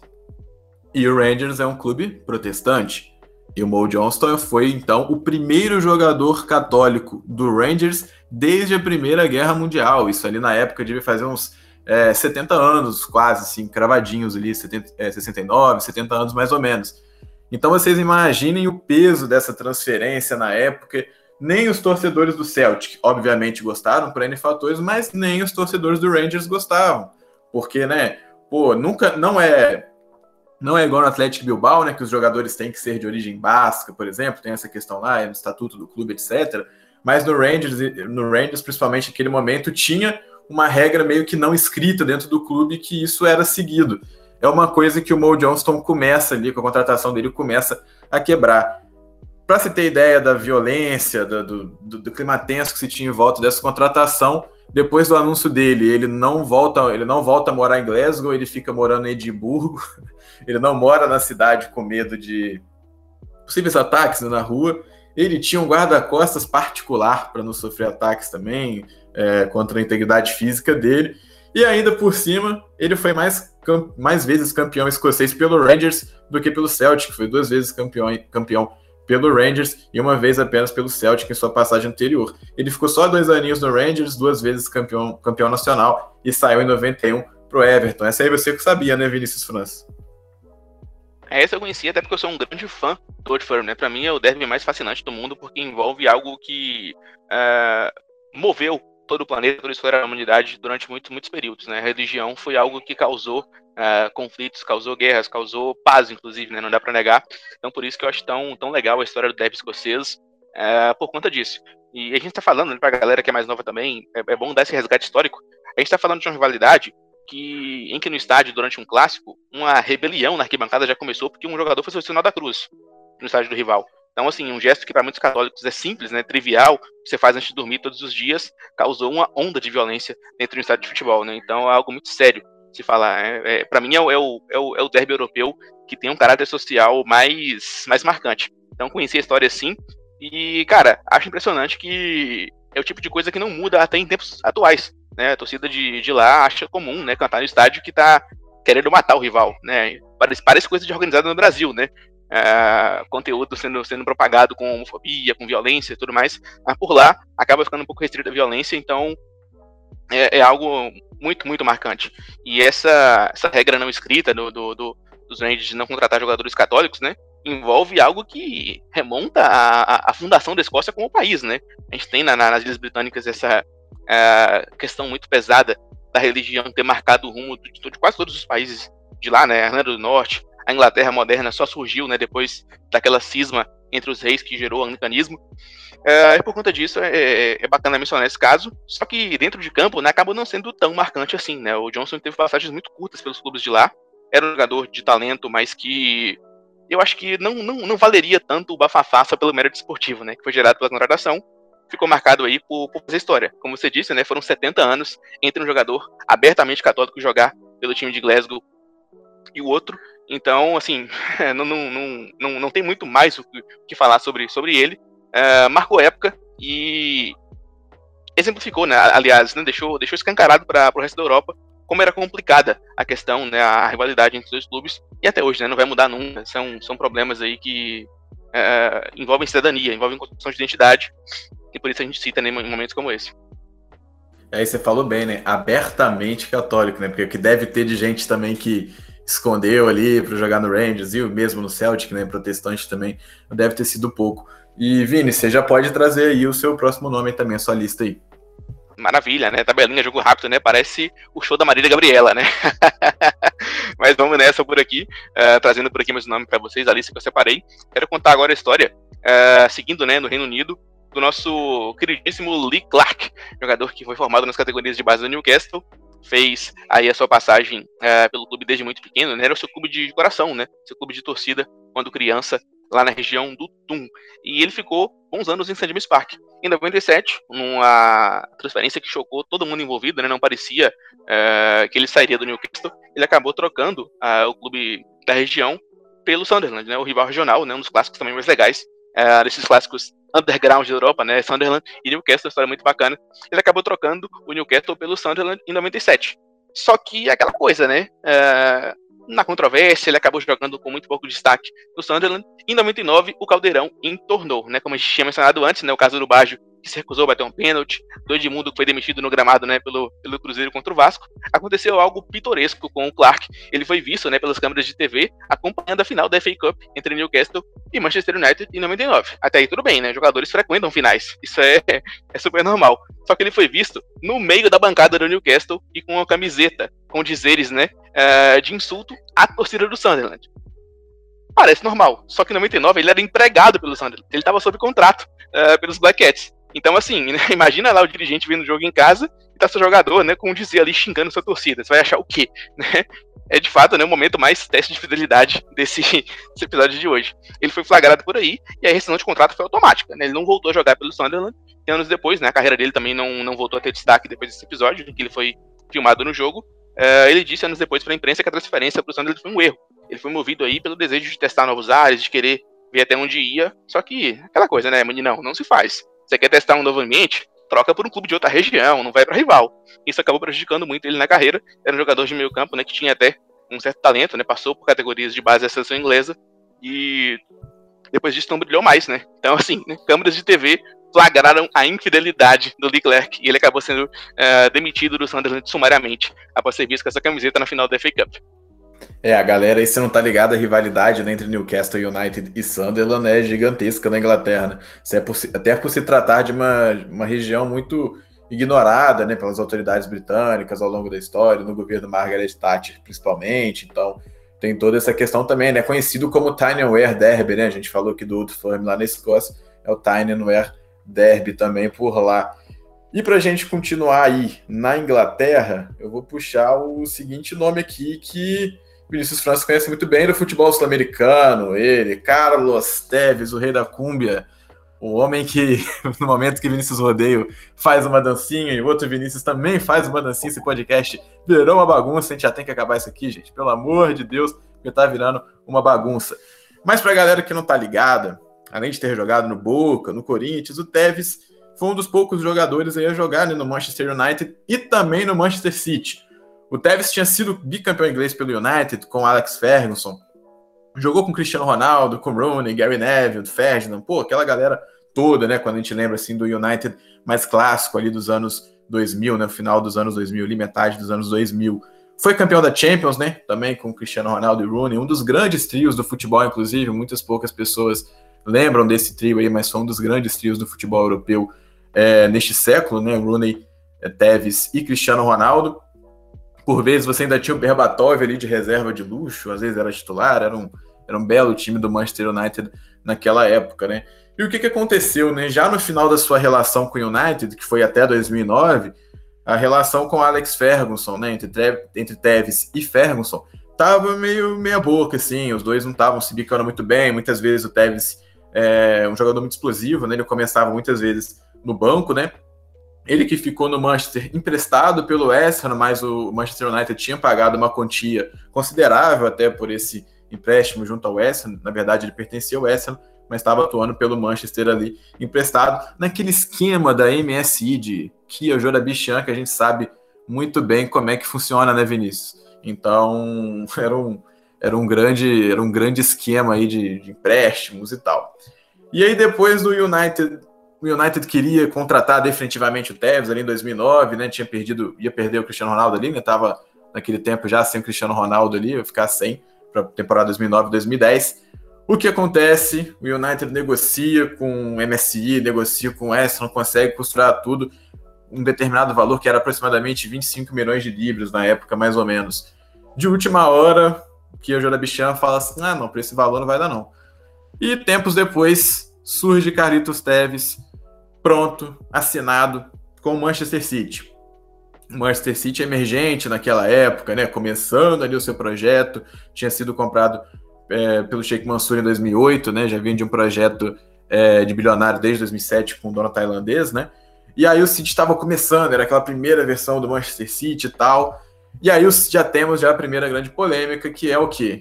E o Rangers é um clube protestante. E o Mo Johnston foi, então, o primeiro jogador católico do Rangers desde a Primeira Guerra Mundial. Isso ali na época devia fazer uns 70 anos, quase, assim, cravadinhos ali, 69, 70 anos mais ou menos. Então vocês imaginem o peso dessa transferência na época. Nem os torcedores do Celtic, obviamente, gostaram por N fatores, mas nem os torcedores do Rangers gostavam. Porque, né, não é igual no Athletic Bilbao, né, que os jogadores têm que ser de origem basca, por exemplo, tem essa questão lá, no estatuto do clube, etc. Mas no Rangers, principalmente naquele momento, tinha uma regra meio que não escrita dentro do clube que isso era seguido. É uma coisa que o Mo Johnston começa ali, com a contratação dele, começa a quebrar. Para se ter ideia da violência, do clima tenso que se tinha em volta dessa contratação, depois do anúncio dele, ele não volta a morar em Glasgow, ele fica morando em Edimburgo, ele não mora na cidade com medo de possíveis ataques na rua, ele tinha um guarda-costas particular para não sofrer ataques também, contra a integridade física dele, e ainda por cima, ele foi mais vezes campeão escocês pelo Rangers do que pelo Celtic, foi 2 vezes campeão pelo Rangers e uma vez apenas pelo Celtic em sua passagem anterior. Ele ficou só 2 aninhos no Rangers, 2 vezes campeão nacional e saiu em 91 pro Everton. Essa aí você que sabia, né, Vinícius França? Essa eu conhecia até porque eu sou um grande fã do Old Firm, né? Pra mim é o derby mais fascinante do mundo porque envolve algo que moveu todo o planeta, toda a história da humanidade durante muitos períodos, né? A religião foi algo que causou conflitos, causou guerras, causou paz, inclusive, né? Não dá para negar. Então, por isso que eu acho tão legal a história do derby escocês, por conta disso. E a gente está falando, né, para a galera que é mais nova também, é bom dar esse resgate histórico. A gente está falando de uma rivalidade em que no estádio, durante um clássico, uma rebelião na arquibancada já começou porque um jogador foi selecionado da cruz no estádio do rival. Então, assim, um gesto que para muitos católicos é simples, né, trivial, que você faz antes de dormir todos os dias, causou uma onda de violência dentro do estádio de futebol, né? Então é algo muito sério se falar. Para mim é o derby europeu que tem um caráter social mais marcante. Então conheci a história assim e, cara, acho impressionante que é o tipo de coisa que não muda até em tempos atuais, né? A torcida de lá acha comum, né, cantar no estádio que tá querendo matar o rival, né? Parece coisa de organizada no Brasil, né? Conteúdo sendo propagado com homofobia, com violência e tudo mais, mas por lá acaba ficando um pouco restrito a violência, então é algo muito marcante. E essa regra não escrita dos Rangers de não contratar jogadores católicos, né, envolve algo que remonta à fundação da Escócia como país, né? A gente tem nas Ilhas Britânicas essa questão muito pesada da religião ter marcado o rumo de quase todos os países de lá, né? A Irlanda do Norte, a Inglaterra moderna só surgiu, né, depois daquela cisma entre os reis que gerou o anglicanismo. E por conta disso, é bacana mencionar esse caso. Só que dentro de campo, né, acabou não sendo tão marcante assim, né? O Johnson teve passagens muito curtas pelos clubes de lá. Era um jogador de talento, mas que eu acho que não valeria tanto o bafafá só pelo mérito esportivo, né, que foi gerado pela contratação. Ficou marcado aí por fazer história. Como você disse, né, foram 70 anos entre um jogador abertamente católico jogar pelo time de Glasgow e o outro. Então, assim, não tem muito mais o que falar sobre ele. Marcou época e exemplificou, né, aliás, né, deixou escancarado para o resto da Europa como era complicada a questão, né, a rivalidade entre os dois clubes, e até hoje, né, não vai mudar nunca. São problemas aí que envolvem cidadania, envolvem construção de identidade, e por isso a gente cita, né, em momentos como esse. Aí você falou bem, né, abertamente católico, né, porque o que deve ter de gente também que escondeu ali para jogar no Rangers e mesmo no Celtic, né, protestante também, não deve ter sido pouco. E Vini, você já pode trazer aí o seu próximo nome também, a sua lista aí. Maravilha, né? Tabelinha, jogo rápido, né? Parece o show da Marília Gabriela, né? Mas vamos nessa por aqui, trazendo por aqui mais um nome para vocês, a lista que eu separei. Quero contar agora a história, seguindo, né, no Reino Unido, do nosso queridíssimo Lee Clark, jogador que foi formado nas categorias de base do Newcastle, fez aí a sua passagem pelo clube desde muito pequeno, né? Era o seu clube de coração, né? Seu clube de torcida quando criança, lá na região do Thun. E ele ficou bons anos em St. James Park. Em 97, numa transferência que chocou todo mundo envolvido, né? Não parecia que ele sairia do Newcastle. Ele acabou trocando o clube da região pelo Sunderland, né? O rival regional, né? Um dos clássicos também mais legais, desses clássicos underground da Europa, né? Sunderland e Newcastle, uma história muito bacana. Ele acabou trocando o Newcastle pelo Sunderland em 97. Só que aquela coisa, né? Na controvérsia, ele acabou jogando com muito pouco destaque no Sunderland. Em 99, o Caldeirão entornou, né? Como a gente tinha mencionado antes, né? O caso do Baggio, que se recusou a bater um pênalti, do Edmundo, que foi demitido no gramado, né? Pelo Cruzeiro contra o Vasco. Aconteceu algo pitoresco com o Clark. Ele foi visto, né, pelas câmeras de TV, acompanhando a final da FA Cup entre Newcastle e Manchester United em 99. Até aí tudo bem, né? Jogadores frequentam finais. Isso é super normal. Só que ele foi visto no meio da bancada do Newcastle e com uma camiseta com dizeres, né, de insulto à torcida do Sunderland. Parece normal. Só que em 99 ele era empregado pelo Sunderland. Ele estava sob contrato pelos Black Cats. Então, assim, né, imagina lá o dirigente vendo o jogo em casa e tá seu jogador, né, com um dizer ali xingando sua torcida. Você vai achar o quê? Né? É de fato, né, o momento mais teste de fidelidade desse episódio de hoje. Ele foi flagrado por aí e a rescisão de contrato foi automática, né? Ele não voltou a jogar pelo Sunderland. E anos depois, né, a carreira dele também não voltou a ter destaque depois desse episódio, em que ele foi filmado no jogo. Ele disse anos depois para a imprensa que a transferência para o Sunderland foi um erro. Ele foi movido aí pelo desejo de testar novos ares, de querer ver até onde ia. Só que, aquela coisa, né, meninão, não se faz. Você quer testar um novo ambiente? Troca por um clube de outra região, não vai para rival. Isso acabou prejudicando muito ele na carreira. Era um jogador de meio campo, né, que tinha até um certo talento, né, passou por categorias de base da seleção inglesa e depois disso não brilhou mais, né. Então, assim, né, câmeras de TV flagraram a infidelidade do Lee Clark e ele acabou sendo demitido do Sunderland sumariamente após ser visto com essa camiseta na final da FA Cup. A galera aí, você não tá ligado, a rivalidade, né, entre Newcastle United e Sunderland é gigantesca na Inglaterra, né? Até por se tratar de uma região muito ignorada, né, pelas autoridades britânicas ao longo da história, no governo Margaret Thatcher principalmente. Então tem toda essa questão também, né, conhecido como Tyne-and-Wear Derby, né, a gente falou aqui do Old Firm lá na Escócia, é o Tyne-and-Wear Derby também por lá. E para a gente continuar aí na Inglaterra, eu vou puxar o seguinte nome aqui que Vinícius França conhece muito bem do futebol sul-americano, ele, Carlos Tevez, o rei da cúmbia, o homem que, no momento que Vinícius Rodeio faz uma dancinha e o outro Vinícius também faz uma dancinha, esse podcast virou uma bagunça, a gente já tem que acabar isso aqui, gente, pelo amor de Deus, porque tá virando uma bagunça. Mas pra galera que não tá ligada, além de ter jogado no Boca, no Corinthians, o Tevez foi um dos poucos jogadores aí a jogar, né, no Manchester United e também no Manchester City. O Tevez tinha sido bicampeão inglês pelo United com Alex Ferguson, jogou com Cristiano Ronaldo, com Rooney, Gary Neville, Ferdinand, aquela galera toda, né, quando a gente lembra assim do United mais clássico ali dos anos 2000, né, final dos anos 2000, ali metade dos anos 2000. Foi campeão da Champions, né, também com Cristiano Ronaldo e Rooney, um dos grandes trios do futebol, inclusive, muitas poucas pessoas lembram desse trio aí, mas foi um dos grandes trios do futebol europeu neste século, né, Rooney, Tevez e Cristiano Ronaldo. Por vezes você ainda tinha o Berbatov ali de reserva de luxo, às vezes era titular, era um belo time do Manchester United naquela época, né? E o que aconteceu, né? Já no final da sua relação com o United, que foi até 2009, a relação com Alex Ferguson, né, entre Tevez e Ferguson, tava meio meia boca, assim, os dois não estavam se bicando muito bem, muitas vezes o Tevez é um jogador muito explosivo, né, ele começava muitas vezes no banco, né, ele que ficou no Manchester emprestado pelo West Ham, mas o Manchester United tinha pagado uma quantia considerável até por esse empréstimo junto ao West Ham. Na verdade, ele pertencia ao West Ham, mas estava atuando pelo Manchester ali emprestado, naquele esquema da MSI de Kia Jorabichian, que a gente sabe muito bem como é que funciona, né, Vinícius? Então, era um grande esquema aí de empréstimos e tal. E aí, depois do United... O United queria contratar definitivamente o Tevez ali em 2009, né? Ia perder o Cristiano Ronaldo ali, né? Tava naquele tempo já sem o Cristiano Ronaldo ali, ia ficar sem para a temporada 2009-2010. O que acontece? O United negocia com o MSI, negocia com o West Ham, consegue costurar tudo, um determinado valor que era aproximadamente 25 milhões de libras na época, mais ou menos. De última hora, que o Jorabichian fala assim, não, para esse valor não vai dar não. E tempos depois, surge Carlitos Tevez, pronto, assinado com o Manchester City. O Manchester City emergente naquela época, né, começando ali o seu projeto, tinha sido comprado pelo Sheikh Mansour em 2008, né, já vinha de um projeto de bilionário desde 2007 com o dono tailandês, né, e aí o City estava começando, era aquela primeira versão do Manchester City e tal, e aí já temos a primeira grande polêmica, que é o quê?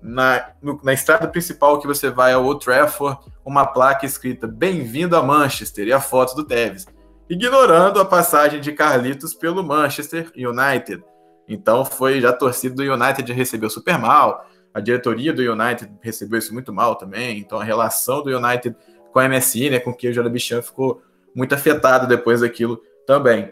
Na estrada principal que você vai ao Old Trafford, uma placa escrita Bem-vindo a Manchester e a foto do Tevez, ignorando a passagem de Carlitos pelo Manchester United. Então a torcida do United recebeu super mal, a diretoria do United recebeu isso muito mal também, então a relação do United com a MSI, né, com que o Jorabichian ficou muito afetado depois daquilo também.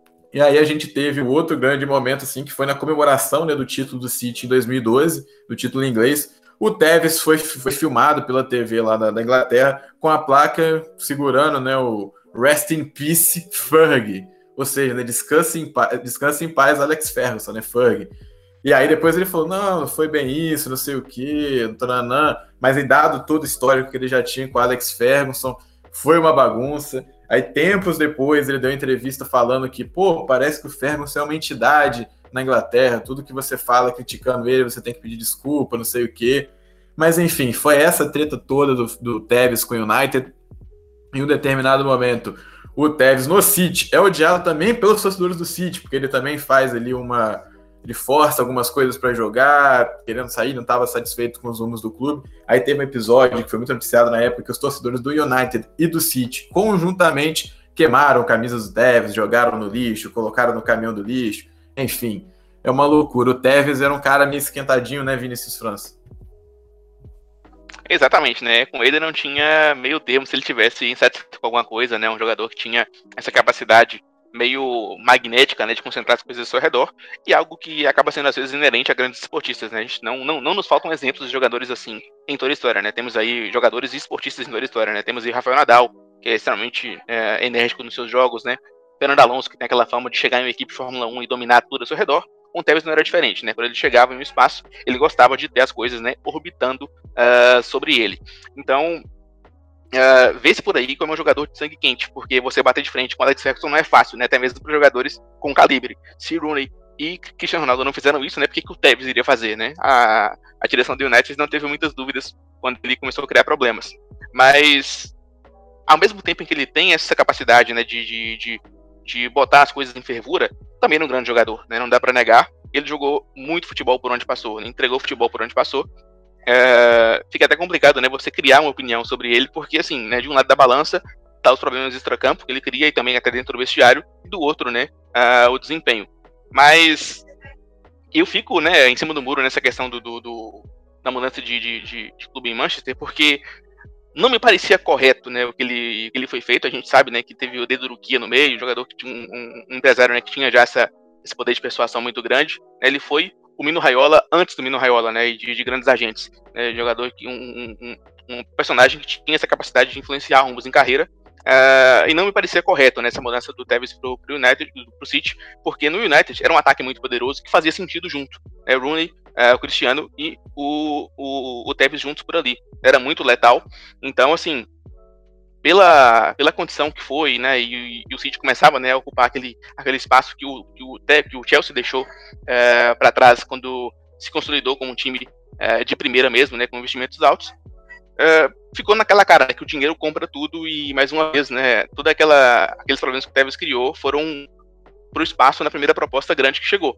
E aí a gente teve um outro grande momento, assim, que foi na comemoração, né, do título do City em 2012, do título inglês. O Tevez foi filmado pela TV lá da Inglaterra com a placa segurando, né, o Rest in Peace Fergie, ou seja, né, descanse em paz Alex Ferguson, né, Fergie. E aí depois ele falou, não foi bem isso, não sei o quê, mas aí dado todo o histórico que ele já tinha com o Alex Ferguson, foi uma bagunça. Aí, tempos depois, ele deu uma entrevista falando que, parece que o Ferguson é uma entidade na Inglaterra, tudo que você fala criticando ele, você tem que pedir desculpa, não sei o quê. Mas, enfim, foi essa treta toda do Tevez com o United. Em um determinado momento, o Tevez no City é odiado também pelos torcedores do City, porque ele também faz ali ele força algumas coisas para jogar, querendo sair, não estava satisfeito com os rumos do clube. Aí teve um episódio que foi muito noticiado na época, que os torcedores do United e do City conjuntamente queimaram camisas do Tevez, jogaram no lixo, colocaram no caminhão do lixo, enfim, é uma loucura. O Tevez era um cara meio esquentadinho, né, Vinícius França? Exatamente, né? Com ele não tinha meio termo se ele tivesse insatisfeito com alguma coisa, né? Um jogador que tinha essa capacidade meio magnética, né, de concentrar as coisas ao seu redor, e algo que acaba sendo às vezes inerente a grandes esportistas, né? A gente não nos faltam exemplos de jogadores assim em toda a história, né? Temos aí jogadores e esportistas em toda a história, né? Temos aí Rafael Nadal, que é extremamente enérgico nos seus jogos, né? Fernando Alonso, que tem aquela fama de chegar em uma equipe de Fórmula 1 e dominar tudo ao seu redor, com o Tevez não era diferente, né? Quando ele chegava em um espaço, ele gostava de ter as coisas, né, orbitando sobre ele. Então, vê-se por aí como um jogador de sangue quente, porque você bater de frente com o Alex Ferguson não é fácil, né? Até mesmo para jogadores com calibre. Se Rooney e Cristiano Ronaldo não fizeram isso, né? Por que o Tevez iria fazer, né? A direção do United não teve muitas dúvidas quando ele começou a criar problemas. Mas, ao mesmo tempo em que ele tem essa capacidade, né, de botar as coisas em fervura, também era um grande jogador, né? Não dá pra negar. Ele jogou muito futebol por onde passou, né? Entregou futebol por onde passou. Fica até complicado, né? Você criar uma opinião sobre ele, porque, assim, né, de um lado da balança tá os problemas extracampo que ele cria e também até dentro do vestiário, e do outro, né, o desempenho. Mas eu fico, né, em cima do muro nessa questão da mudança de clube em Manchester, porque não me parecia correto, né, o que ele foi feito. A gente sabe, né, que teve o dedo do Kia no meio, um jogador que tinha um empresário, né, que tinha já esse poder de persuasão muito grande, né. Ele foi o Mino Raiola antes do Mino Raiola, né, e de grandes agentes, né, jogador que um personagem que tinha essa capacidade de influenciar rumbos em carreira. E não me parecia correto, né, essa mudança do Tevez pro United, pro City, porque no United era um ataque muito poderoso que fazia sentido junto, né, Rooney, o Cristiano e o Tevez juntos por ali, era muito letal. Então, assim, pela condição que foi, né, e o City começava, né, a ocupar aquele espaço que o Chelsea deixou para trás quando se consolidou como um time de primeira mesmo, né, com investimentos altos. Ficou naquela cara, né, que o dinheiro compra tudo e, mais uma vez, né, todos aqueles problemas que o Tevez criou foram pro espaço na primeira proposta grande que chegou.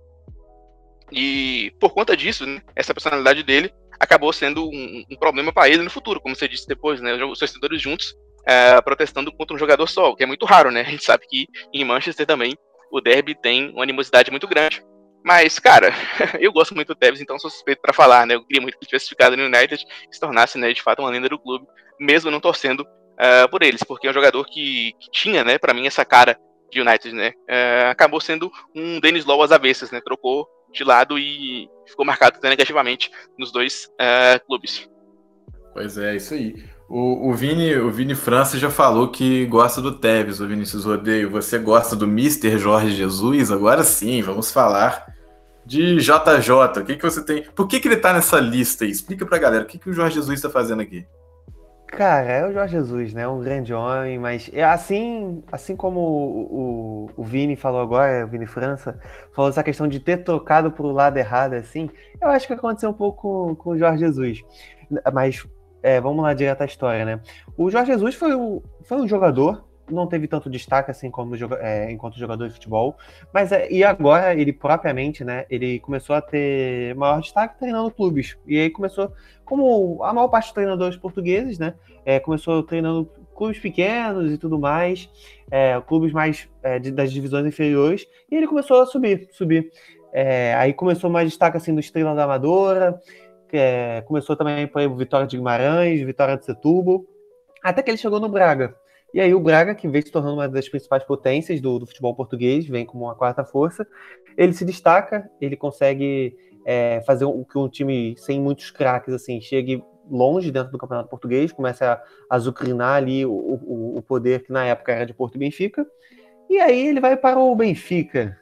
E por conta disso, né, essa personalidade dele acabou sendo um problema para ele no futuro, como você disse depois, né, os torcedores juntos protestando contra um jogador só, o que é muito raro, né? A gente sabe que em Manchester também o derby tem uma animosidade muito grande. Mas, cara, eu gosto muito do Tevez, então sou suspeito pra falar, né? Eu queria muito que ele tivesse ficado no United e se tornasse, né, de fato, uma lenda do clube, mesmo não torcendo por eles, porque é um jogador que tinha, né, pra mim, essa cara de United, né? Acabou sendo um Denis Law às avessas, né? Trocou de lado e ficou marcado até negativamente nos dois clubes. Pois é, isso aí. O Vini França já falou que gosta do Tevez, o Vinícius Rodeio. Você gosta do Mr. Jorge Jesus? Agora sim, vamos falar de JJ. O que você tem? Por que ele tá nessa lista aí? Explica pra galera, o que o Jorge Jesus tá fazendo aqui? Cara, é o Jorge Jesus, né? Um grande homem, mas assim como o Vini falou agora, o Vini França, falou essa questão de ter trocado pro lado errado, assim, eu acho que aconteceu um pouco com o Jorge Jesus. Mas vamos lá direto à história, né? O Jorge Jesus foi um jogador, não teve tanto destaque assim como enquanto jogador de futebol, mas e agora ele propriamente, né? Ele começou a ter maior destaque treinando clubes. E aí começou, como a maior parte dos treinadores portugueses, né? Começou treinando clubes pequenos e tudo mais, clubes mais das divisões inferiores, e ele começou a subir. Aí começou mais destaque assim do Estrela da Amadora. Começou também por Vitória de Guimarães, Vitória de Setúbal, até que ele chegou no Braga. E aí o Braga, que vem se tornando uma das principais potências do futebol português, vem como uma quarta força, ele se destaca, ele consegue fazer com que um time sem muitos craques assim, chegue longe dentro do Campeonato Português, começa a azucrinar ali o poder que na época era de Porto e Benfica. E aí ele vai para o Benfica.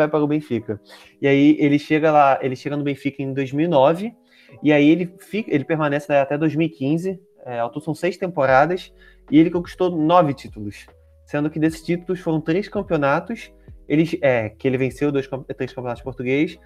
E aí ele chega no Benfica em 2009, e aí ele permanece até 2015, ao todo são 6 temporadas, e ele conquistou 9 títulos, sendo que desses títulos foram 3 campeonatos, que ele venceu 3 campeonatos portugueses,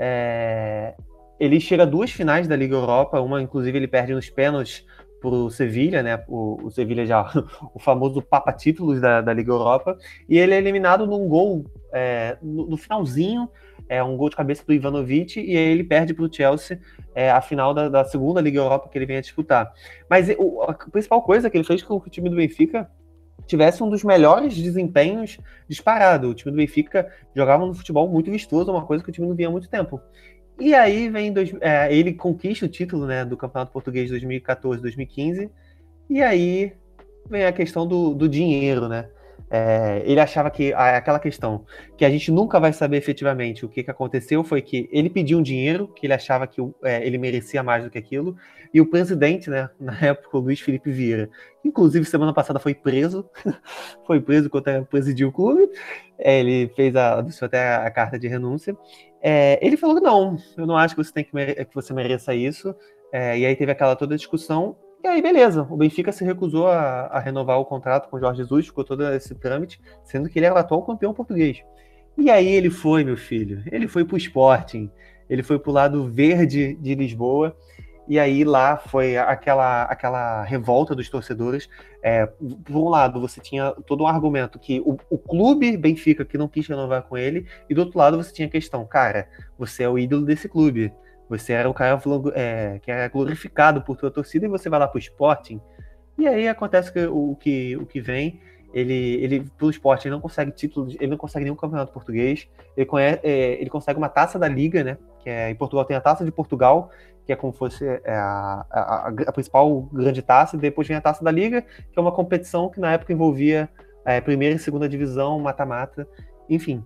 ele chega a 2 finais da Liga Europa, uma inclusive ele perde nos pênaltis pro Sevilha, né? O Sevilha já, o famoso papa títulos da Liga Europa, e ele é eliminado num gol no finalzinho, um gol de cabeça do Ivanovic, e aí ele perde para o Chelsea a final da segunda Liga Europa que ele vem a disputar. Mas a principal coisa que ele fez com que o time do Benfica tivesse um dos melhores desempenhos disparado. O time do Benfica jogava um futebol muito vistoso, uma coisa que o time não via há muito tempo. E aí ele conquista o título, né, do Campeonato Português de 2014-2015, e aí vem a questão do dinheiro, né? Ele achava que aquela questão que a gente nunca vai saber efetivamente o que aconteceu foi que ele pediu um dinheiro, que ele achava que ele merecia mais do que aquilo, e o presidente, né, na época, o Luiz Felipe Vieira, inclusive semana passada foi preso quando presidiu o clube, ele deixou até a carta de renúncia, ele falou que não, eu não acho que você mereça isso, e aí teve toda a discussão. E aí, beleza, o Benfica se recusou a renovar o contrato com o Jorge Jesus, ficou todo esse trâmite, sendo que ele era o atual campeão português. E aí ele foi, meu filho, ele foi pro Sporting, ele foi pro lado verde de Lisboa, e aí lá foi aquela revolta dos torcedores. Por um lado, você tinha todo um argumento que o clube Benfica que não quis renovar com ele, e do outro lado você tinha a questão, cara, você é o ídolo desse clube. Você era o cara que era glorificado por tua torcida e você vai lá pro Sporting. E aí acontece o que vem. Ele pelo Sporting, ele não consegue título, ele não consegue nenhum campeonato português. Ele consegue uma taça da Liga, né? Que em Portugal tem a Taça de Portugal, que é como se fosse a principal grande taça. E depois vem a Taça da Liga, que é uma competição que na época envolvia primeira e segunda divisão, mata-mata, enfim.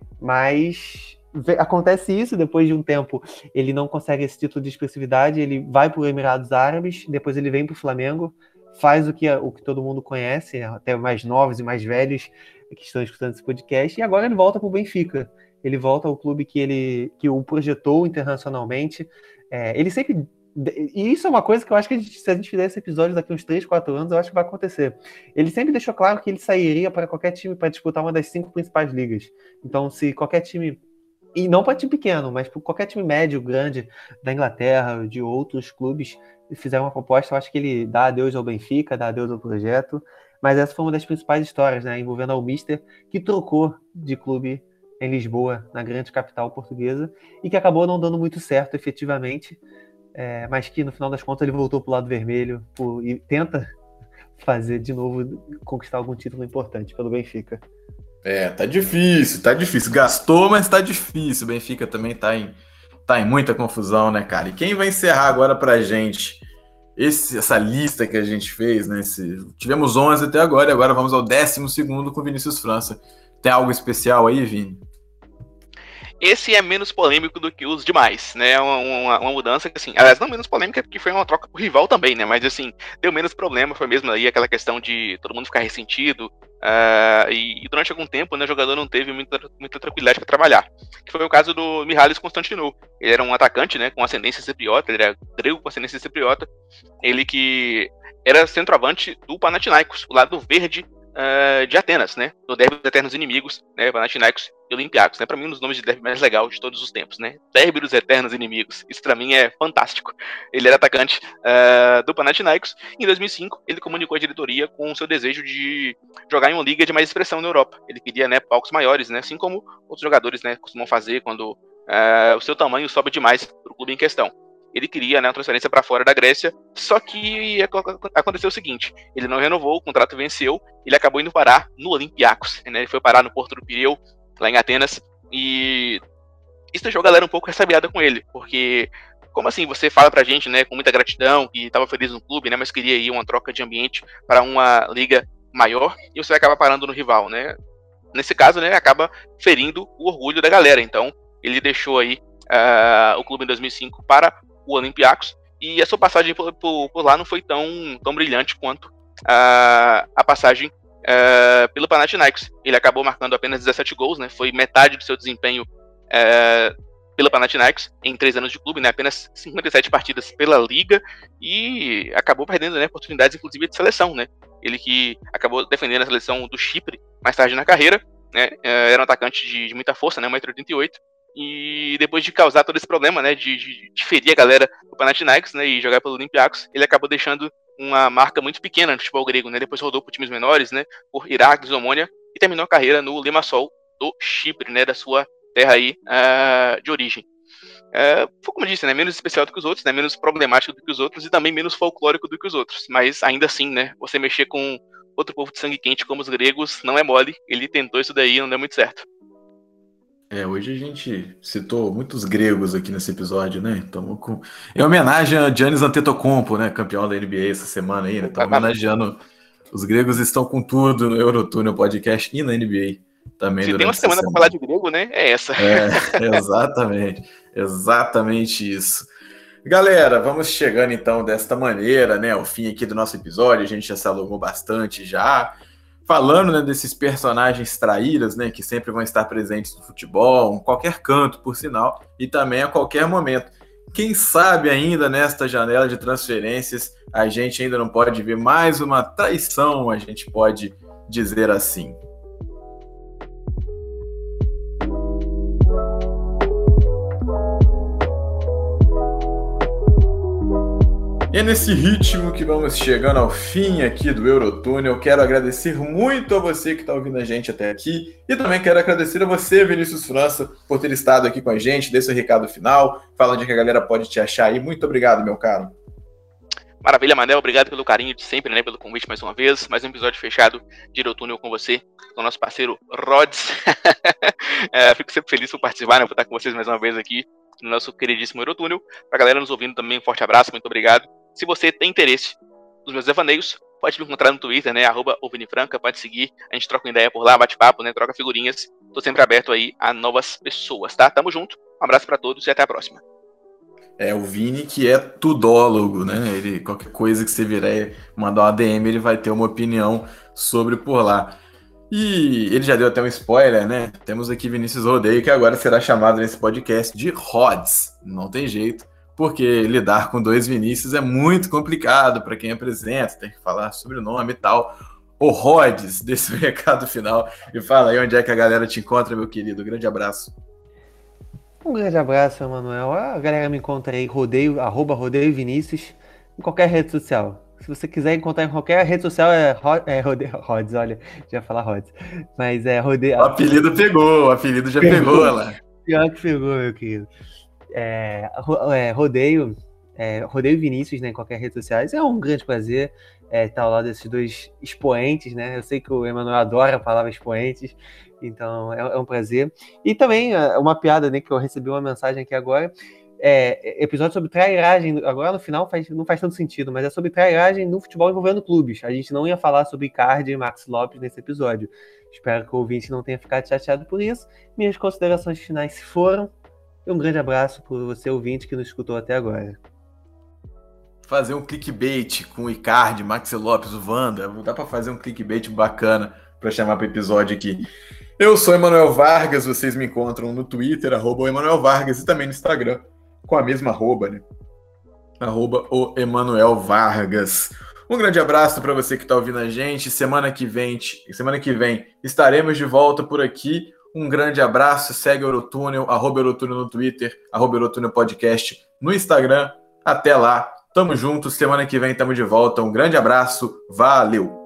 Mas acontece isso, depois de um tempo ele não consegue esse título de expressividade, ele vai para os Emirados Árabes, depois ele vem para o Flamengo, faz o que todo mundo conhece, até mais novos e mais velhos que estão escutando esse podcast, e agora ele volta para o Benfica, ele volta ao clube que o projetou internacionalmente. Ele sempre... E isso é uma coisa que eu acho que se a gente fizer esse episódio daqui uns 3, 4 anos, eu acho que vai acontecer. Ele sempre deixou claro que ele sairia para qualquer time para disputar uma das 5 principais ligas. Então, se qualquer time... E não para time pequeno, mas para qualquer time médio, grande, da Inglaterra, de outros clubes, fizer uma proposta, eu acho que ele dá adeus ao Benfica, dá adeus ao projeto. Mas essa foi uma das principais histórias, né, envolvendo o Mister, que trocou de clube em Lisboa, na grande capital portuguesa, e que acabou não dando muito certo, efetivamente, mas que, no final das contas, ele voltou para o lado vermelho e tenta fazer, de novo, conquistar algum título importante pelo Benfica. Tá difícil. Gastou, mas tá difícil. O Benfica também tá em muita confusão, né, cara? E quem vai encerrar agora pra gente essa lista que a gente fez, né? Tivemos 11 até agora, e agora vamos ao 12º com Vinícius França. Tem algo especial aí, Vini? Esse é menos polêmico do que os demais, né? Uma mudança que, assim, aliás, não menos polêmica, porque foi uma troca pro rival também, né? Mas, assim, deu menos problema, foi mesmo aí aquela questão de todo mundo ficar ressentido, e durante algum tempo, né, o jogador não teve muita tranquilidade para trabalhar. Que foi o caso do Mihalis Constantinou. Ele era um atacante, né, com ascendência cipriota, ele era grego com ascendência cipriota, ele que era centroavante do Panathinaikos, o lado verde de Atenas, né? No derby dos eternos inimigos, né? Panathinaikos e Olympiacos, né? Pra mim, um dos nomes de derby mais legal de todos os tempos, né? Derby dos eternos inimigos. Isso pra mim é fantástico. Ele era atacante do Panathinaikos. Em 2005, ele comunicou à diretoria com o seu desejo de jogar em uma liga de mais expressão na Europa. Ele queria, né, palcos maiores, né? Assim como outros jogadores, né, costumam fazer quando o seu tamanho sobe demais pro clube em questão. Ele queria, né, uma transferência para fora da Grécia, só que aconteceu o seguinte, ele não renovou, o contrato venceu, ele acabou indo parar no Olympiacos, né, ele foi parar no Porto do Pireu, lá em Atenas, e isso deixou a galera um pouco ressabiada com ele, porque como assim, você fala pra gente, né, com muita gratidão, que estava feliz no clube, né, mas queria ir uma troca de ambiente para uma liga maior, e você acaba parando no rival, né, nesse caso, né, acaba ferindo o orgulho da galera, então ele deixou aí o clube em 2005 para o Olympiacos, e a sua passagem por lá não foi tão brilhante quanto a passagem pelo Panathinaikos. Ele acabou marcando apenas 17 gols, né? Foi metade do seu desempenho pelo Panathinaikos em 3 anos de clube, né? Apenas 57 partidas pela Liga, e acabou perdendo, né, oportunidades, inclusive, de seleção, né? Ele que acabou defendendo a seleção do Chipre mais tarde na carreira, né? Era um atacante de muita força, né? 1,88 m, e depois de causar todo esse problema, né, de ferir a galera do Panathinaikos, né, e jogar pelo Olympiacos, ele acabou deixando uma marca muito pequena no futebol grego, né, depois rodou por times menores, né, por Iraques, Omônia, e terminou a carreira no Limassol do Chipre, né, da sua terra aí de origem. Foi como eu disse, né, menos especial do que os outros, né, menos problemático do que os outros e também menos folclórico do que os outros, mas ainda assim, né, você mexer com outro povo de sangue quente como os gregos não é mole, ele tentou isso daí e não deu muito certo. Hoje a gente citou muitos gregos aqui nesse episódio, né? Estamos em homenagem a Giannis Antetokounmpo, né? Campeão da NBA essa semana aí, né? Estamos homenageando Os gregos estão com tudo no Eurotúnel Podcast e na NBA também. Se tem uma semana para falar de grego, né? É essa. Exatamente isso. Galera, vamos chegando então desta maneira, né? Ao fim aqui do nosso episódio. A gente já se alongou bastante já. Falando, né, desses personagens traíras, né? Que sempre vão estar presentes no futebol, em qualquer canto, por sinal, e também a qualquer momento. Quem sabe ainda nesta janela de transferências a gente ainda não pode ver mais uma traição, a gente pode dizer assim. E é nesse ritmo que vamos chegando ao fim aqui do Eurotúnel. Quero agradecer muito a você que está ouvindo a gente até aqui. E também quero agradecer a você, Vinícius França, por ter estado aqui com a gente. Dê seu recado final. Fala onde que a galera pode te achar aí. Muito obrigado, meu caro. Maravilha, Manel. Obrigado pelo carinho de sempre, né? Pelo convite mais uma vez. Mais um episódio fechado de Eurotúnel com você, com o nosso parceiro Rods. Fico sempre feliz por participar, né? Por estar com vocês mais uma vez aqui no nosso queridíssimo Eurotúnel. Pra galera nos ouvindo também, um forte abraço. Muito obrigado. Se você tem interesse nos meus devaneios, pode me encontrar no Twitter, né, @ovinifranca, pode seguir, a gente troca uma ideia por lá, bate papo, né, troca figurinhas, tô sempre aberto aí a novas pessoas, tá? Tamo junto, um abraço pra todos e até a próxima. O Vini que é tudólogo, né, ele, qualquer coisa que você virar mandar uma DM, ele vai ter uma opinião sobre por lá. E ele já deu até um spoiler, né, temos aqui Vinícius Rodeio, que agora será chamado nesse podcast de Rods, não tem jeito. Porque lidar com dois Vinícius é muito complicado para quem apresenta, tem que falar sobre o nome e tal. O Rods, desse recado final, e fala aí onde é que a galera te encontra, meu querido. Grande abraço. Um grande abraço, Emanuel. A galera me encontra aí, @Rodeio Vinícius, em qualquer rede social. Se você quiser encontrar em qualquer rede social, Rods, olha, já ia falar Rods. Mas é Rodeio. O apelido pegou, o apelido já pegou lá. Pior que pegou, meu querido. Rodeio Vinícius, né, em qualquer rede social. É um grande prazer estar ao lado desses dois expoentes, né? Eu sei que o Emanuel adora a palavra expoentes, então é um prazer. E também uma piada, né, que eu recebi uma mensagem aqui agora, episódio sobre trairagem, agora no final não faz tanto sentido, mas é sobre trairagem no futebol envolvendo clubes. A gente não ia falar sobre Icardi e Maxi Lopes nesse episódio. Espero que o ouvinte não tenha ficado chateado por isso. Minhas considerações finais se foram. E um grande abraço por você, ouvinte, que nos escutou até agora. Fazer um clickbait com o Icardi, Maxi Lopes, o Wanda. Dá para fazer um clickbait bacana para chamar para o episódio aqui. Eu sou Emanuel Vargas, vocês me encontram no Twitter, @Emanuel Vargas, e também no Instagram, com a mesma arroba, né? @o Emanuel Vargas. Um grande abraço para você que está ouvindo a gente. Semana que vem estaremos de volta por aqui. Um grande abraço, segue o Eurotúnel, @Eurotúnel no Twitter, @Eurotúnel Podcast no Instagram. Até lá, tamo junto, semana que vem tamo de volta. Um grande abraço, valeu!